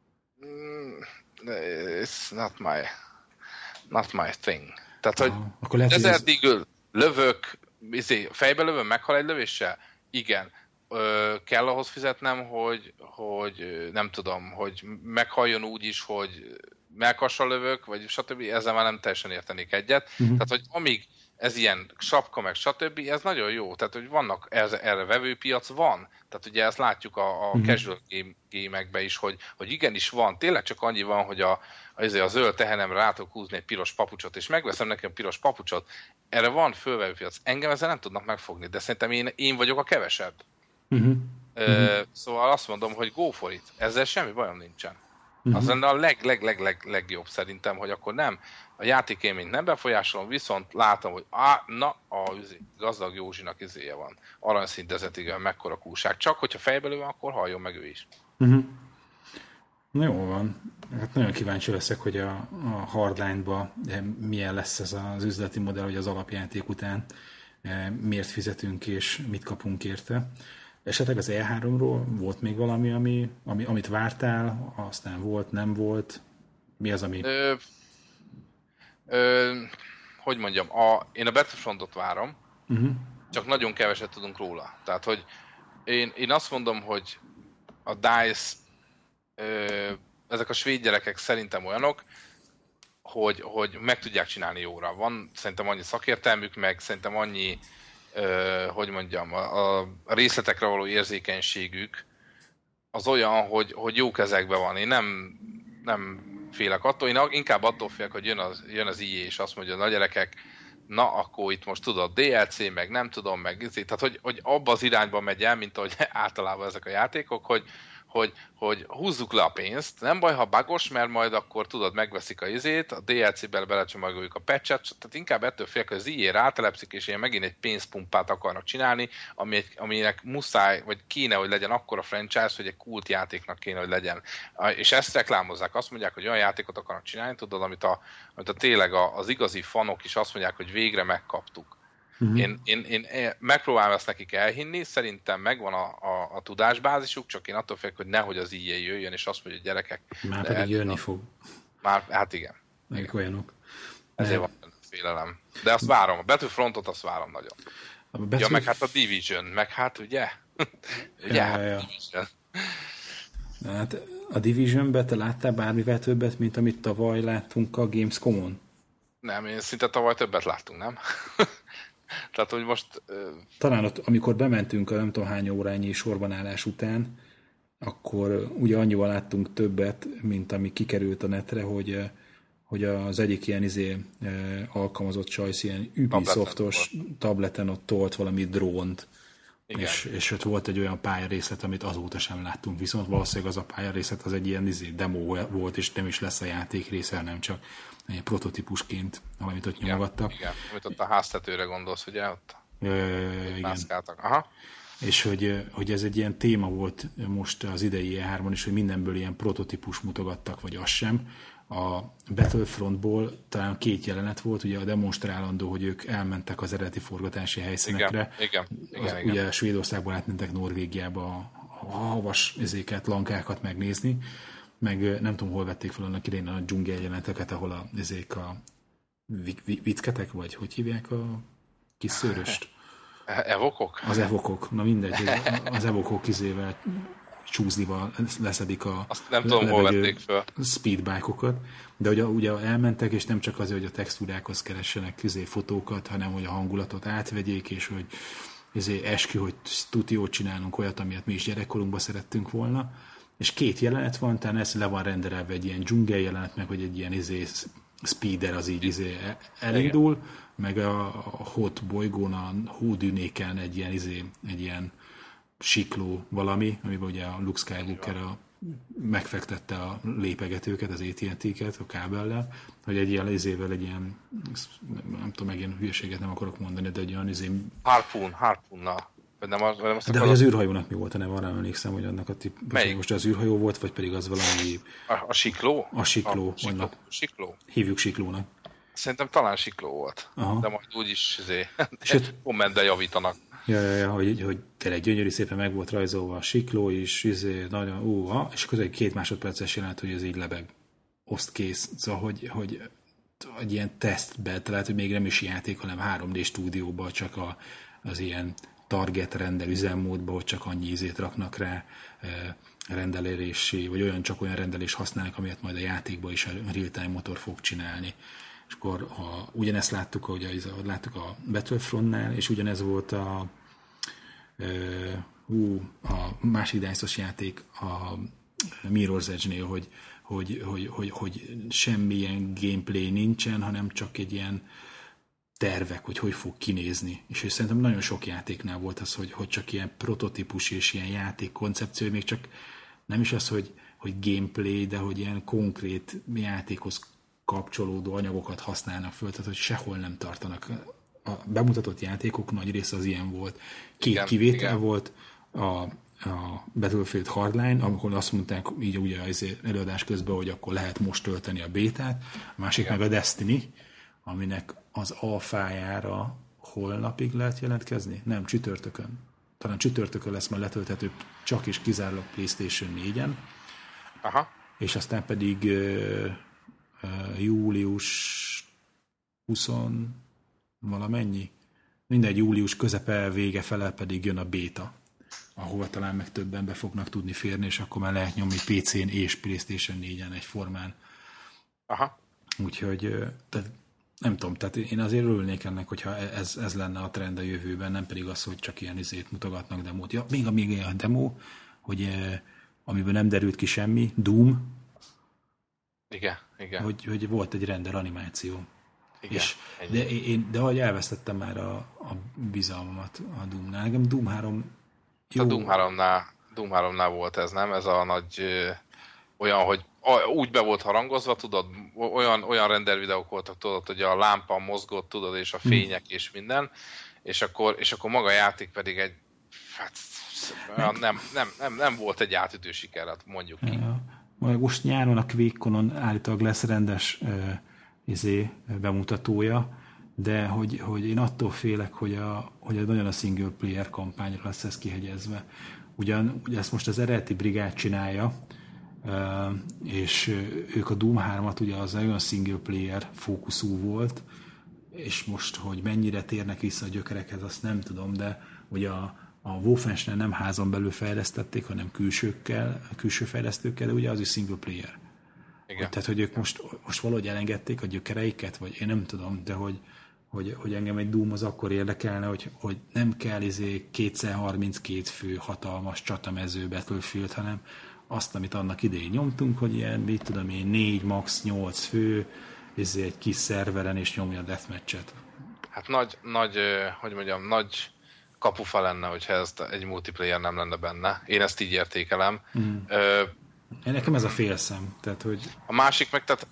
It's not my thing. Tehát, hogy Desert Eagle, lövök, fejbe lövöm, meghal egy lövéssel? Igen. Kell ahhoz fizetnem, hogy nem tudom, hogy meghalljon úgy is, hogy melkassal lövök, vagy stb. Ezzel már nem teljesen értenék egyet. Tehát, hogy amíg ez ilyen sapka, meg stb., ez nagyon jó. Tehát, hogy vannak erre vevőpiac, van. Tehát ugye ezt látjuk a casual game-ekben is, hogy igenis van. Tényleg csak annyi van, hogy a zöld tehenemre rá tudok húzni egy piros papucsot, és megveszem nekem piros papucsot. Erre van fölvevőpiac. Engem ezzel nem tudnak megfogni, de szerintem én vagyok a kevesebb. Szóval azt mondom, hogy go for it. Ezzel semmi bajom nincsen. Az lenne a legjobb szerintem, hogy akkor nem a játékélményt nem befolyásolom, viszont látom, hogy a gazdag Józsinak izéje van. Aranyszín dezetigön, mekkora kúság. Csak hogyha fejbe lövöm, akkor halljon meg ő is. Na jó van. Hát nagyon kíváncsi leszek, hogy a Hardline-ba milyen lesz ez az üzleti modell, hogy az alapjáték után miért fizetünk és mit kapunk érte. Esetleg az E3-ról volt még valami, amit vártál, aztán volt, nem volt? Mi az, ami... hogy mondjam, én a Battlefrontot várom, csak nagyon keveset tudunk róla. Tehát, hogy én azt mondom, hogy a DICE ezek a svéd gyerekek szerintem olyanok, hogy meg tudják csinálni jóra. Van szerintem annyi szakértelmük, meg szerintem annyi, hogy mondjam, a részletekre való érzékenységük az olyan, hogy jó kezekben van. Én nem félek attól, én inkább attól félek, hogy jön az EA és azt mondja, na gyerekek, na akkor itt most tudod DLC, meg nem tudom, meg tehát hogy abba az irányba megy el, mint ahogy általában ezek a játékok, hogy húzzuk le a pénzt, nem baj, ha bugos, mert majd akkor tudod, megveszik a DLC-be belecsomagoljuk a patchet, tehát inkább ettől félek, hogy az EA rátelepszik, és ilyen megint egy pénzpumpát akarnak csinálni, aminek muszáj, vagy kéne, hogy legyen akkora franchise, hogy egy kult játéknak kéne, hogy legyen. És ezt reklámozzák, azt mondják, hogy olyan játékot akarnak csinálni, tudod, amit a tényleg az igazi fanok is azt mondják, hogy végre megkaptuk. Én megpróbálom ezt nekik elhinni, szerintem megvan a tudásbázisuk, csak én attól félek, hogy nehogy az EA jöjjön, és azt mondja, hogy gyerekek... Már pedig jönni fog. Hát igen. Meg olyanok. Ezért van félelem. De azt várom, a Battlefrontot azt várom nagyon. Ja, meg hát a Division, meg hát ugye? Ja. Division. Hát a Divisionben te láttál bármivel többet, mint amit tavaly láttunk a Gamescom-on? Nem, én szinte tavaly többet láttunk, nem? Tehát, hogy most... Talán ott, amikor bementünk a nem tudom hány órányi sorbanállás után, akkor ugye annyival láttunk többet, mint ami kikerült a netre, hogy az egyik ilyen alkalmazott csajsz, ilyen Ubisoftos tableten ott tolt valami drónt, és ott volt egy olyan pályarészlet, amit azóta sem láttunk, viszont valószínűleg az a pályarészlet az egy ilyen demo volt, és nem is lesz a játék része, hanem csak egy prototípusként valamit ott nyomogattak. Igen, amit ott a háztetőre gondolsz, ugye? Ott igen. Aha. És hogy ez egy ilyen téma volt most az idei E3-on is, hogy mindenből ilyen prototípus mutogattak, vagy az sem. A Battlefrontból talán 2 jelenet volt, ugye a demonstrálandó, hogy ők elmentek az eredeti forgatási helyszínekre. Igen. Ugye Svédországból átmentek Norvégiába a havas lankákat megnézni, meg nem tudom, hol vették fel annak idején a dzsungel jeleneteket, ahol a vicketek, vagy hogy hívják a kis szőröst? Evokok? Az evokok, na mindegy, az evokok csúszdival leszedik a azt nem tudom, hol vették fel. Speedbike-okat, de ugye elmentek, és nem csak azért, hogy a textúrákhoz keressenek fotókat, hanem hogy a hangulatot átvegyék, és hogy eskü, hogy tuti jót csinálunk olyat, amilyet mi is gyerekkorunkban szerettünk volna. És 2 jelenet van, tehát ez le van renderelve egy ilyen dzsungel jelenet, meg hogy egy ilyen speeder az így elindul, igen. Meg a hot bolygón, a hódűnéken egy ilyen sikló valami, amiben ugye a Luke Skywalker megfektette a lépegetőket, az AT&T-ket a kábellel, hogy egy ilyen egy ilyen, nem tudom, meg ilyen hülyeséget nem akarok mondani, de egy olyan Harpoonnal. De hogy az űrhajónak mi volt a neve, arra emlékszem, hogy annak a most az űrhajó volt, vagy pedig az valami... A sikló? A sikló. Sikló? Hívjuk siklónak. Szerintem talán sikló volt. Aha. De majd úgyis kommentben javítanak. Ja, hogy tényleg gyönyörű szépen meg volt rajzolva a sikló is, nagyon, és akkor egy 2 másodperces jelent, hogy ez így lebeg. Oszt kész. Szóval, hogy egy ilyen tesztbe, tehát, hogy még nem is játék, hanem 3D stúdióban csak az ilyen target rendel üzemmódban, hogy csak annyi raknak rá rendelési, vagy csak olyan rendelés használnak, amilyet majd a játékban is a real-time motor fog csinálni. És akkor ugyanezt láttuk, ahogy láttuk a Battlefrontnál, és ugyanez volt a másik DICE-os játék a Mirror's Edge-nél, hogy semmilyen gameplay nincsen, hanem csak egy ilyen tervek, hogy fog kinézni. És szerintem nagyon sok játéknál volt az, hogy csak ilyen prototípus és ilyen játék koncepció, még csak nem is az, hogy gameplay, de hogy ilyen konkrét játékhoz kapcsolódó anyagokat használnak föl, tehát hogy sehol nem tartanak. A bemutatott játékok nagy része az ilyen volt. 2 kivétel volt, a Battlefield Hardline, amikor azt mondták így ugye az előadás közben, hogy akkor lehet most tölteni a bétát, a másik meg a Destiny, aminek az alfájára holnapig lehet jelentkezni? Nem, csütörtökön. Talán csütörtökön lesz már letölthető csak és kizárólag PlayStation 4-en. Aha. És aztán pedig július 20 valamennyi. Mindegy, július közepe vége fele pedig jön a béta a ahova talán meg többen be fognak tudni férni, és akkor már lehet nyomni PC-n és PlayStation 4-en egyformán. Aha. Úgyhogy tehát nem tudom, tehát én azért örülnék ennek, hogyha ez lenne a trend a jövőben, nem pedig az, hogy csak ilyen mutogatnak demót. Ja, még ilyen demo, hogy amiből nem derült ki semmi, Doom. Igen. Hogy volt egy render animáció. Igen, és, de ahogy elvesztettem már a bizalmamat a Doomnál. Nekem Doom 3 jó. A Doom 3-nál volt ez, nem? Ez a nagy olyan, hogy úgy be volt harangozva, tudod, olyan render videók voltak, tudod, hogy a lámpa mozgott, tudod, és a fények és minden, és akkor maga a játék pedig egy nem volt egy átütő siker, mondjuk ki. Most nyáron a QuakeConon állítólag lesz rendes bemutatója, de hogy én attól félek, hogy nagyon a single player kampányra lesz ez kihegyezve. Ugye ezt most az eredeti brigád csinálja, és ők a Doom 3-at ugye az olyan single player fókuszú volt, és most, hogy mennyire térnek vissza a gyökerekhez, azt nem tudom, de ugye a Wolfenstein nem házon belül fejlesztették, hanem külső fejlesztőkkel, de ugye az is single player. Igen. Tehát, hogy ők most valahogy elengedték a gyökereiket, vagy én nem tudom, de hogy engem egy Doom az akkor érdekelne, hogy nem kell 232 fő hatalmas csatamező Battlefield, hanem azt, amit annak idején nyomtunk, hogy ilyen, mit tudom én, 4, max. 8 fő, egy kis szerveren, és nyomja a deathmatchet. Hát nagy kapufa lenne, hogyha ezt egy multiplayer nem lenne benne. Én ezt így értékelem. Nekem ez a félszem. Tehát, hogy... A másik meg, tehát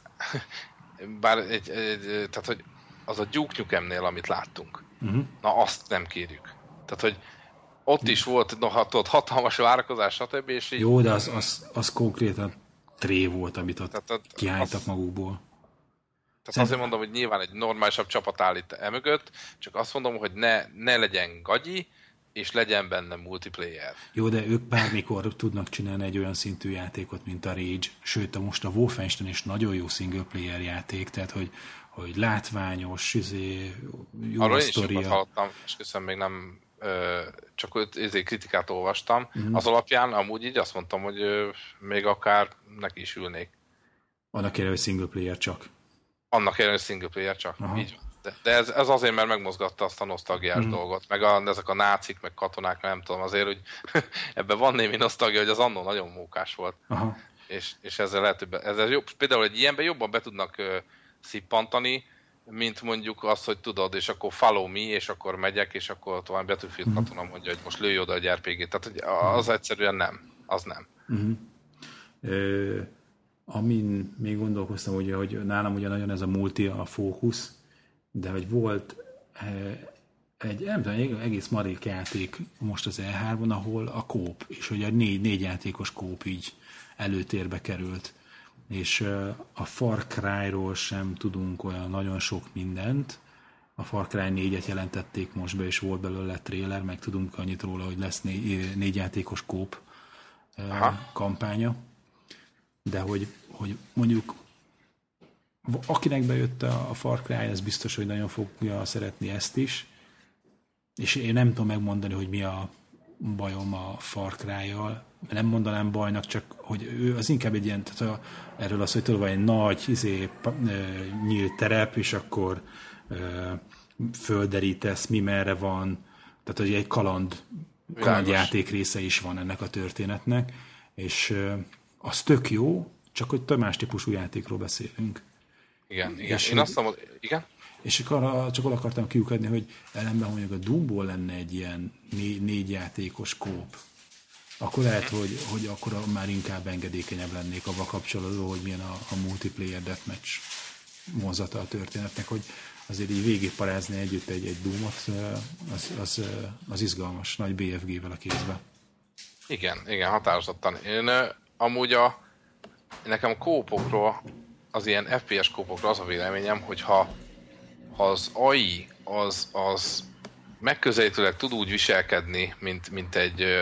tehát, hogy az a Duke Nukem-nél, amit láttunk, na azt nem kérjük. Tehát, hogy ott is volt hatalmas várakozás, stb. És így... Jó, de az konkrétan tré volt, amit ott kihánytak magukból. Tehát azért mondom, hogy nyilván egy normálisabb csapat áll itt emögött, csak azt mondom, hogy ne legyen gagyi, és legyen benne multiplayer. Jó, de ők bármikor tudnak csinálni egy olyan szintű játékot, mint a Rage, sőt, most a Wolfenstein is nagyon jó single player játék, tehát, hogy látványos, jó arról a sztoria. Arról én is hallottam, és köszönöm, még nem csak kritikát olvastam. Az alapján amúgy így azt mondtam, hogy még akár neki is ülnék. Annak ellenére, hogy single player csak. Annak ellenére, hogy single player csak. Aha. Így van. De ez azért, mert megmozgatta azt a nosztalgiás dolgot. Meg ezek a nácik, meg katonák, nem tudom, azért, hogy ebben van némi nosztalgia, hogy az annó nagyon mókás volt. Aha. És ezzel lehet, ezzel jobb, például egy ilyenben jobban be tudnak szippantani, mint mondjuk azt, hogy tudod, és akkor follow me, és akkor megyek, és akkor tovább Battlefield katona mondja, hogy most lőj oda egy RPG-t. Tehát hogy az egyszerűen nem. Az nem. Amin még gondolkoztam, ugye, hogy nálam ugye nagyon ez a multi a fókusz, de hogy volt egy egész marék játék most az E3-on, ahol a kóp, és hogy egy négy játékos kóp így előtérbe került. És a Far Cry-ról sem tudunk olyan nagyon sok mindent. A Far Cry 4-et jelentették most be, és volt belőle trailer, meg tudunk annyit róla, hogy lesz négy játékos kóp kampánya. De hogy mondjuk akinek bejött a Far Cry, ez biztos, hogy nagyon fogja szeretni ezt is. És én nem tudom megmondani, hogy mi a bajom a Far Cry-jal. Nem mondanám bajnak, csak hogy ő az inkább egy ilyen, tehát erről az, hogy tudod, egy nagy nyílt terep, és akkor földerítesz, mi merre van. Tehát, hogy egy kalandjáték része is van ennek a történetnek. És az tök jó, csak hogy több más típusú játékról beszélünk. Igen. Én azt mondom, igen? És csak arra akartam kiukadni, hogy ellenben mondjuk a Doomból lenne egy ilyen négy játékos kóp, akkor lehet, hogy akkor már inkább engedékenyebb lennék avval kapcsolatban, hogy milyen a multiplayer deathmatch vonzata a történetnek, hogy azért így végigparázni együtt egy Doomot, az izgalmas, nagy BFG-vel a kézbe. Igen, határozottan. Én amúgy nekem a kópokról, az ilyen FPS kópokról az a véleményem, hogy ha az AI az megközelítőleg tud úgy viselkedni, mint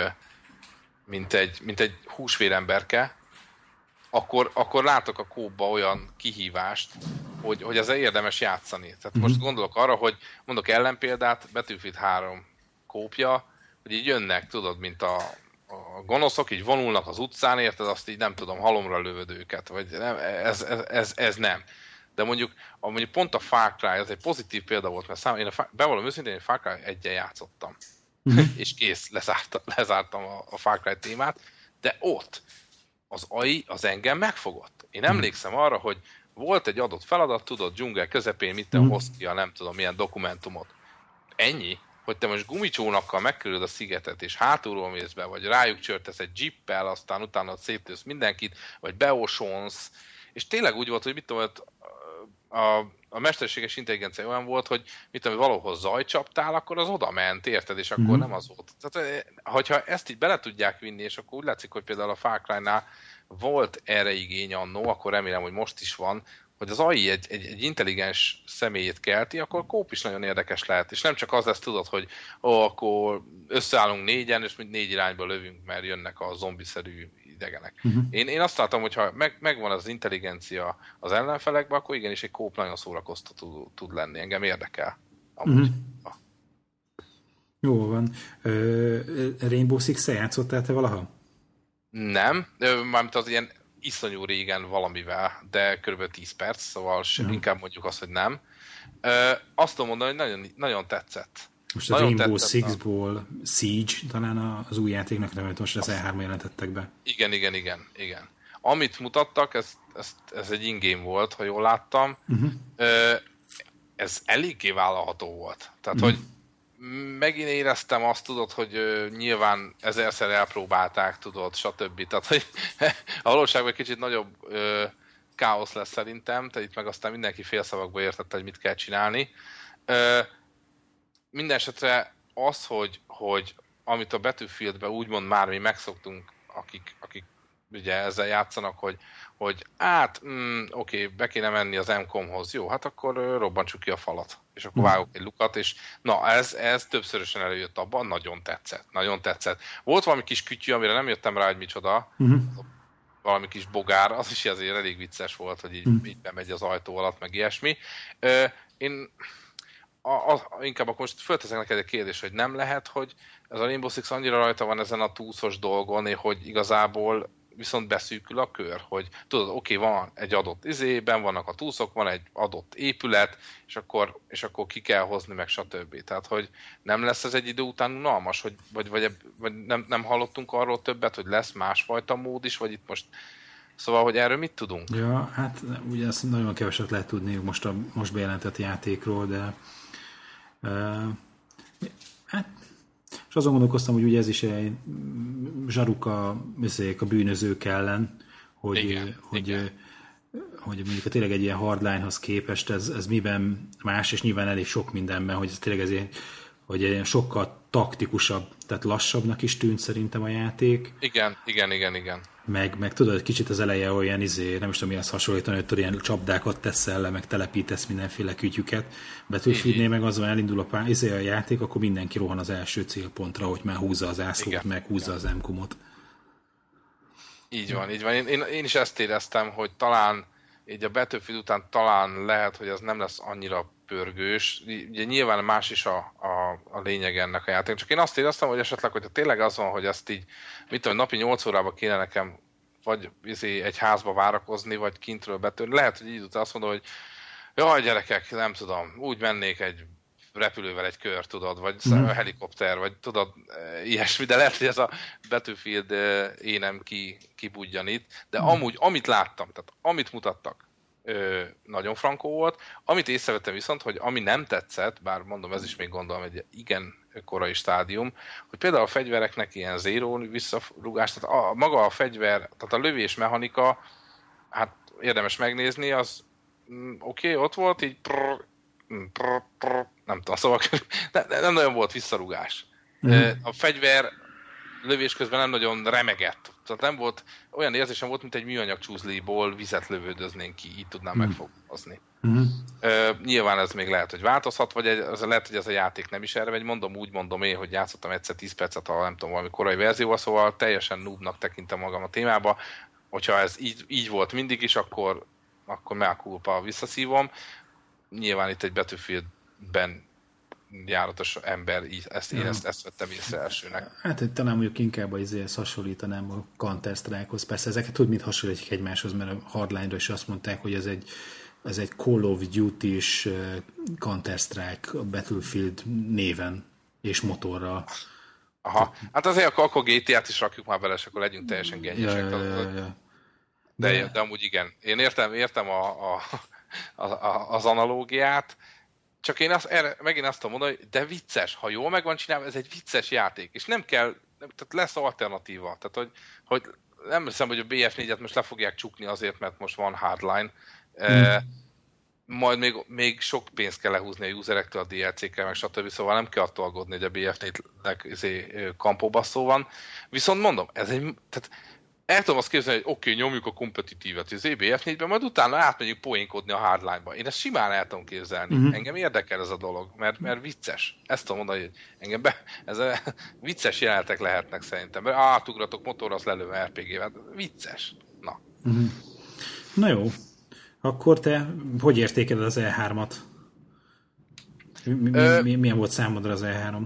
egy húsvéremberke, akkor látok a kópba olyan kihívást, hogy ezzel érdemes játszani. Tehát most gondolok arra, hogy mondok ellenpéldát, Battlefield 3 kópja, hogy így jönnek, tudod, mint a gonoszok, így vonulnak az utcán, érted, azt így nem tudom, halomra lövöd őket, vagy nem, ez nem. De mondjuk pont a Far Cry, ez egy pozitív példa volt, mert én bevallom őszintén, hogy Far Cry 1-en játszottam. És kész, lezártam a Far Cry témát, de ott az AI az engem megfogott. Én emlékszem arra, hogy volt egy adott feladat, tudod, dzsungel közepén mit hoz ki a nem tudom milyen dokumentumot. Ennyi, hogy te most gumicsónakkal megkörülöd a szigetet, és hátulról mész be, vagy rájuk csörtesz egy jeeppel, aztán utána széttősz mindenkit, vagy beosonsz, és tényleg úgy volt, hogy mit tudom, a mesterséges intelligencia olyan volt, hogy mit tudom, valahol zajcsaptál, akkor az oda ment, érted, és akkor nem az volt. Tehát, hogyha ezt így bele tudják vinni, és akkor úgy látszik, hogy például a Far Cry-nál volt erre igény annó, akkor remélem, hogy most is van, hogy az AI egy intelligens személyét kelti, akkor kóp is nagyon érdekes lehet. És nem csak az lesz, tudod, hogy akkor összeállunk négyen, és mind 4 irányba lövünk, mert jönnek a zombiszerű idegenek. Én azt látom, hogy ha megvan az intelligencia az ellenfelekben, akkor igenis egy kóp nagyon szórakoztató tud lenni. Engem érdekel. Jó van. Rainbow Six-el játszottál te valaha? Nem. Mármint az ilyen iszonyú régen valamivel, de kb. 10 perc, szóval inkább mondjuk azt, hogy nem. Azt tudom mondani, hogy nagyon, nagyon tetszett. Most a Rainbow Six-ból Siege talán az új játéknak, nem, most az E3-ban jelentettek be. Igen. Amit mutattak, ez egy in-game volt, ha jól láttam. Ez eléggé vállalható volt. Tehát, hogy megint éreztem azt, tudod, hogy nyilván 1000-szer elpróbálták, tudod, stb. Tehát, hogy a valóságban egy kicsit nagyobb káosz lesz szerintem, tehát itt meg aztán mindenki félszavakba értette, hogy mit kell csinálni. Mindenesetre az, hogy amit a Battlefieldben úgymond már mi megszoktunk, akik ugye ezzel játszanak, hogy oké, be kéne menni az MCOM-hoz, jó, hát akkor robbantsuk ki a falat, és akkor vágok egy lukat, és na, ez többszörösen előjött abban, nagyon tetszett. Volt valami kis kütyű, amire nem jöttem rá, hogy micsoda, valami kis bogár, az is azért elég vicces volt, hogy így bemegy az ajtó alatt, meg ilyesmi. Én inkább akkor most fölteszek neked egy kérdés, hogy nem lehet, hogy ez a Rainbow Six annyira rajta van ezen a túszos dolgon, hogy igazából viszont beszűkül a kör, hogy tudod, oké, van egy adott izében, vannak a túszok, van egy adott épület, és akkor ki kell hozni, meg stb. Tehát, hogy nem lesz ez egy idő után unalmas, vagy nem hallottunk arról többet, hogy lesz másfajta mód is, vagy itt most szóval, hogy erről mit tudunk? Ja, hát ugye ezt nagyon keveset lehet tudni most bejelentett játékról, de hát és azon gondolkoztam, hogy ugye ez is egy zsaruk a bűnözők ellen, hogy mondjuk tényleg egy ilyen hardline-hoz képest ez miben más, és nyilván elég sok mindenben, hogy ez tényleg ezért, hogy egy sokkal taktikusabb, tehát lassabbnak is tűnt szerintem a játék. Igen. Meg tudod, kicsit az eleje olyan nem is tudom mihez hasonlítani, hogy tudod, ilyen csapdákat teszel le, meg telepítesz mindenféle kütyüket. Battlefield-nél meg azon elindul a játék, akkor mindenki rohan az első célpontra, hogy már húzza az ászlót, meg húzza az MCOM-ot. Így van. Én is ezt éreztem, hogy talán így a Battlefield után talán lehet, hogy ez nem lesz annyira pörgős. Ugye nyilván más is a lényeg ennek a játéknak. Csak én azt éreztem, hogy esetleg, hogyha tényleg az van, hogy ezt így, mit tudom, napi 8 órában kéne nekem vagy egy házba várakozni, vagy kintről betörni. Lehet, hogy így után azt mondom, hogy jaj, gyerekek, nem tudom, úgy mennék egy repülővel egy kör, tudod, vagy helikopter, vagy tudod, ilyesmi, de lehet, hogy ez a Battlefield énem kibudjan itt, de amúgy, amit láttam, tehát amit mutattak, nagyon frankó volt. Amit észrevettem viszont, hogy ami nem tetszett, bár mondom, ez is még gondolom egy igen korai stádium, hogy például a fegyvereknek ilyen zéró visszarugás, tehát maga a fegyver, tehát a lövés mechanika, hát érdemes megnézni, az oké, ott volt, így nem tudom, szóval nem nagyon volt visszarugás. A fegyver lövés közben nem nagyon remegett. Tehát nem volt, olyan érzésem volt, mint egy műanyag csúzliból vizet lövődöznénk ki, így tudnám megfogalmazni. Nyilván ez még lehet, hogy változhat, vagy lehet, hogy ez a játék nem is erre megy. Úgy mondom én, hogy játszottam egyszer 10 percet a nem tudom, valami korai verzióval, szóval teljesen noobnak tekintem magam a témába. Hogyha ez így volt mindig is, akkor mea culpa visszaszívom. Nyilván itt egy Battlefieldben járatos ember így ezt vettem észre elsőnek. Hát talán mondjuk inkább ezt hasonlítanám a Counter-Strike-hoz. Persze ezeket úgy, mint hasonlítjuk egymáshoz, mert a Hardline-ra is azt mondták, hogy ez egy Call of Duty-s Counter-Strike a Battlefield néven és motorral. Aha, hát azért akkor GTA-t is rakjuk már bele, és akkor legyünk teljesen gennyesek. De amúgy igen. Én értem az analógiát, csak én megint azt tudom mondani, hogy de vicces, ha jól meg van csinálva, ez egy vicces játék, és nem kell, tehát lesz alternatíva. Tehát, hogy nem hiszem, hogy a BF4-et most le fogják csukni azért, mert most van Hardline. Majd még sok pénzt kell lehúzni a userektől, a DLC-kkel, meg stb. Szóval nem kell attól aggódni, hogy a BF4-nek kampóba szó van. Viszont mondom, tehát el tudom azt képzelni, hogy oké, nyomjuk a kompetitívet az BF4-ben, majd utána átmegyünk poénkodni a Hardline-ba. Én ezt simán el tudom képzelni. Engem érdekel ez a dolog, mert vicces. Ezt tudom mondani, hogy engem vicces jelenetek lehetnek szerintem. Mert átugratok motorra, az lelőve RPG-vel. Vicces. Na. Na jó. Akkor te hogy értékeled az E3-at? Milyen volt számodra az E3?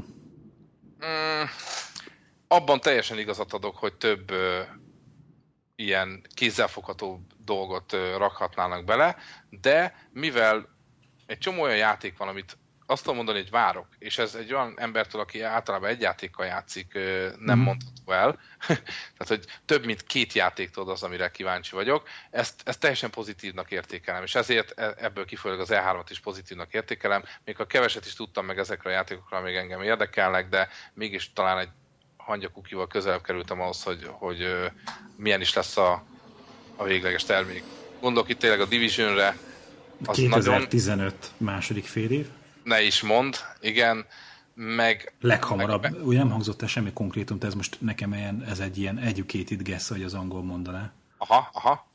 Abban teljesen igazat adok, hogy több ilyen kézzelfogható dolgot rakhatnának bele, de mivel egy csomó olyan játék van, amit azt tudom mondani, hogy várok, és ez egy olyan embertől, aki általában egy játékkal játszik, nem mondható el, tehát hogy több mint 2 játéktól az, amire kíváncsi vagyok, ezt teljesen pozitívnak értékelem, és ezért ebből kifolyólag az E3-at is pozitívnak értékelem, még ha keveset is tudtam meg ezekre a játékokra, még engem érdekelnek, de mégis talán egy hangyakukival közelebb kerültem ahhoz, hogy milyen is lesz a végleges termék. Gondolok itt tényleg a Divisionre. 2015 nagyon... második fél év. Ne is mond, igen. Leghamarabb. Úgy nem hangzott el semmi konkrétum, ez most nekem ez egy ilyen educated guess, hogy az angol mondaná. Aha.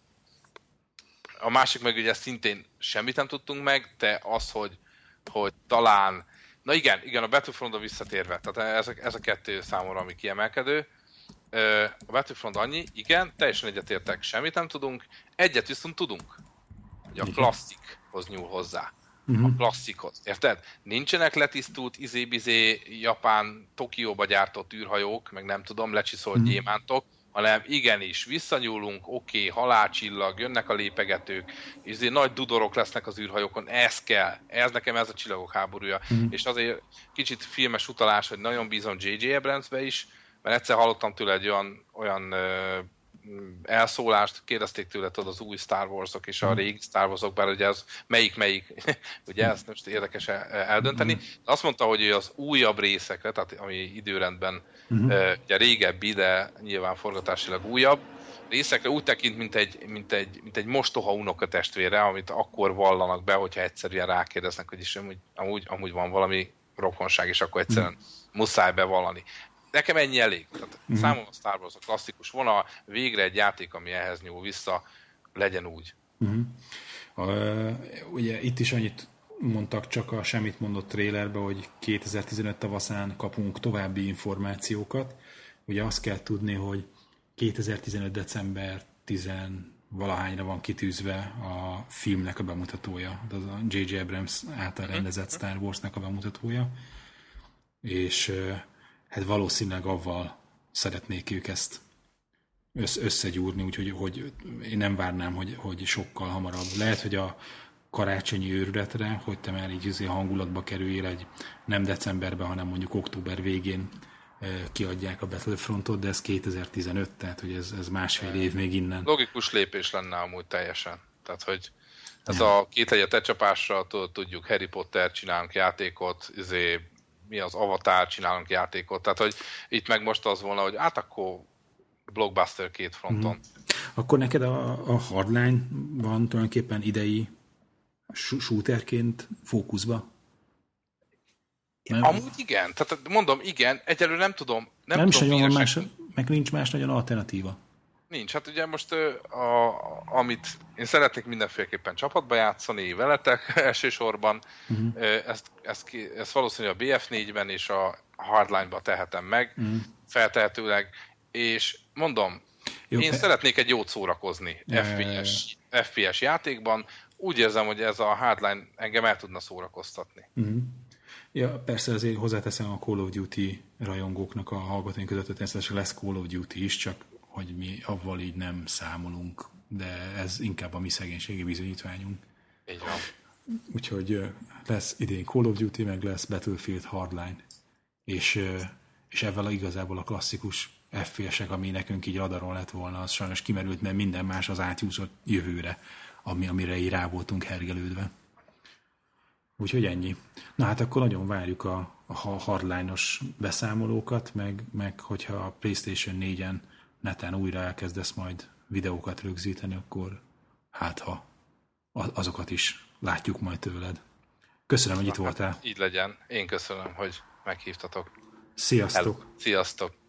A másik meg ugye szintén semmit nem tudtunk meg, de az, hogy talán na igen, a Battlefront-a visszatérve, tehát ez a 2 számomra, ami kiemelkedő. A Battlefront annyi, igen, teljesen egyetértek, semmit nem tudunk, egyet viszont tudunk, hogy a klasszikhoz nyúl hozzá. A klasszikhoz, érted? Nincsenek letisztult izé-bizé Japán, Tokióba gyártott űrhajók, meg nem tudom, lecsiszolt gyémántok, hanem igenis, visszanyúlunk, oké, halálcsillag, jönnek a lépegetők, és nagy dudorok lesznek az űrhajókon, ez kell, nekem ez a Csillagok háborúja. És azért kicsit filmes utalás, hogy nagyon bízom J.J. Abramsbe is, mert egyszer hallottam tőle egy olyan elszólást, kérdezték tőle, tudod, az új Star Wars-ok és a régi Star Wars-ok, bár ugye az melyik, ugye ezt most érdekes eldönteni. De azt mondta, hogy az újabb részekre, tehát ami időrendben ugye régebbi, de nyilván forgatásilag újabb részekre úgy tekint, mint egy mostoha unokatestvére, amit akkor vallanak be, hogyha egyszerűen rákérdeznek, hogy is amúgy van valami rokonság, és akkor egyszerűen muszáj bevallani. Nekem ennyi elég. Tehát számomra a Star Wars a klasszikus vonal, végre egy játék, ami ehhez nyúl vissza, legyen úgy. Ugye itt is annyit mondtak csak a semmit mondott trailerbe, hogy 2015 tavaszán kapunk további információkat. Ugye azt kell tudni, hogy 2015 december 10-valahányra van kitűzve a filmnek a bemutatója. Az a J.J. Abrams által rendezett Star Wars-nak a bemutatója. És hát valószínűleg avval szeretnék ők ezt összegyúrni, úgyhogy én nem várnám, hogy sokkal hamarabb. Lehet, hogy a karácsonyi őrületre, hogy te már így hangulatba kerüljél, egy nem decemberben, hanem mondjuk október végén kiadják a Battlefrontot, de ez 2015, tehát hogy ez másfél év még innen. Logikus lépés lenne amúgy teljesen. Tehát, hogy ez a két hegyet egy csapásra tudjuk, Harry Potter, csinálunk játékot, mi az Avatar, csinálunk játékot. Tehát, hogy itt meg most az volna, hogy akkor blockbuster 2 fronton. Akkor neked a Hardline van tulajdonképpen idei shooterként fókuszba? Amúgy igen. Tehát mondom, igen. Egyelőre nem tudom. Nem tudom nagyon más, meg nincs más nagyon alternatíva. Nincs. Hát ugye most amit én szeretnék mindenféleképpen csapatba játszani veletek elsősorban, ezt valószínűleg a BF4-ben és a Hardline-ba tehetem meg, feltehetőleg, és mondom, én szeretnék egy jót szórakozni FPS játékban, úgy érzem, hogy ez a Hardline engem el tudna szórakoztatni. Ja, persze azért hozzáteszem a Call of Duty rajongóknak a hallgatóink között, hogy természetesen lesz Call of Duty is, csak hogy mi avval így nem számolunk, de ez inkább a mi szegénységi bizonyítványunk. Így van. Úgyhogy lesz idén Call of Duty, meg lesz Battlefield Hardline, és ezzel igazából a klasszikus FPS-ek, ami nekünk így radaron lett volna, az sajnos kimerült, mert minden más az átjúzott jövőre, amire így rá voltunk hergelődve. Úgyhogy ennyi. Na hát akkor nagyon várjuk a hardline-os beszámolókat, meg hogyha a PlayStation 4-en neten újra elkezdesz majd videókat rögzíteni, akkor hát ha azokat is látjuk majd tőled. Köszönöm, hogy itt voltál. Így legyen. Én köszönöm, hogy meghívtatok. Sziasztok! Sziasztok!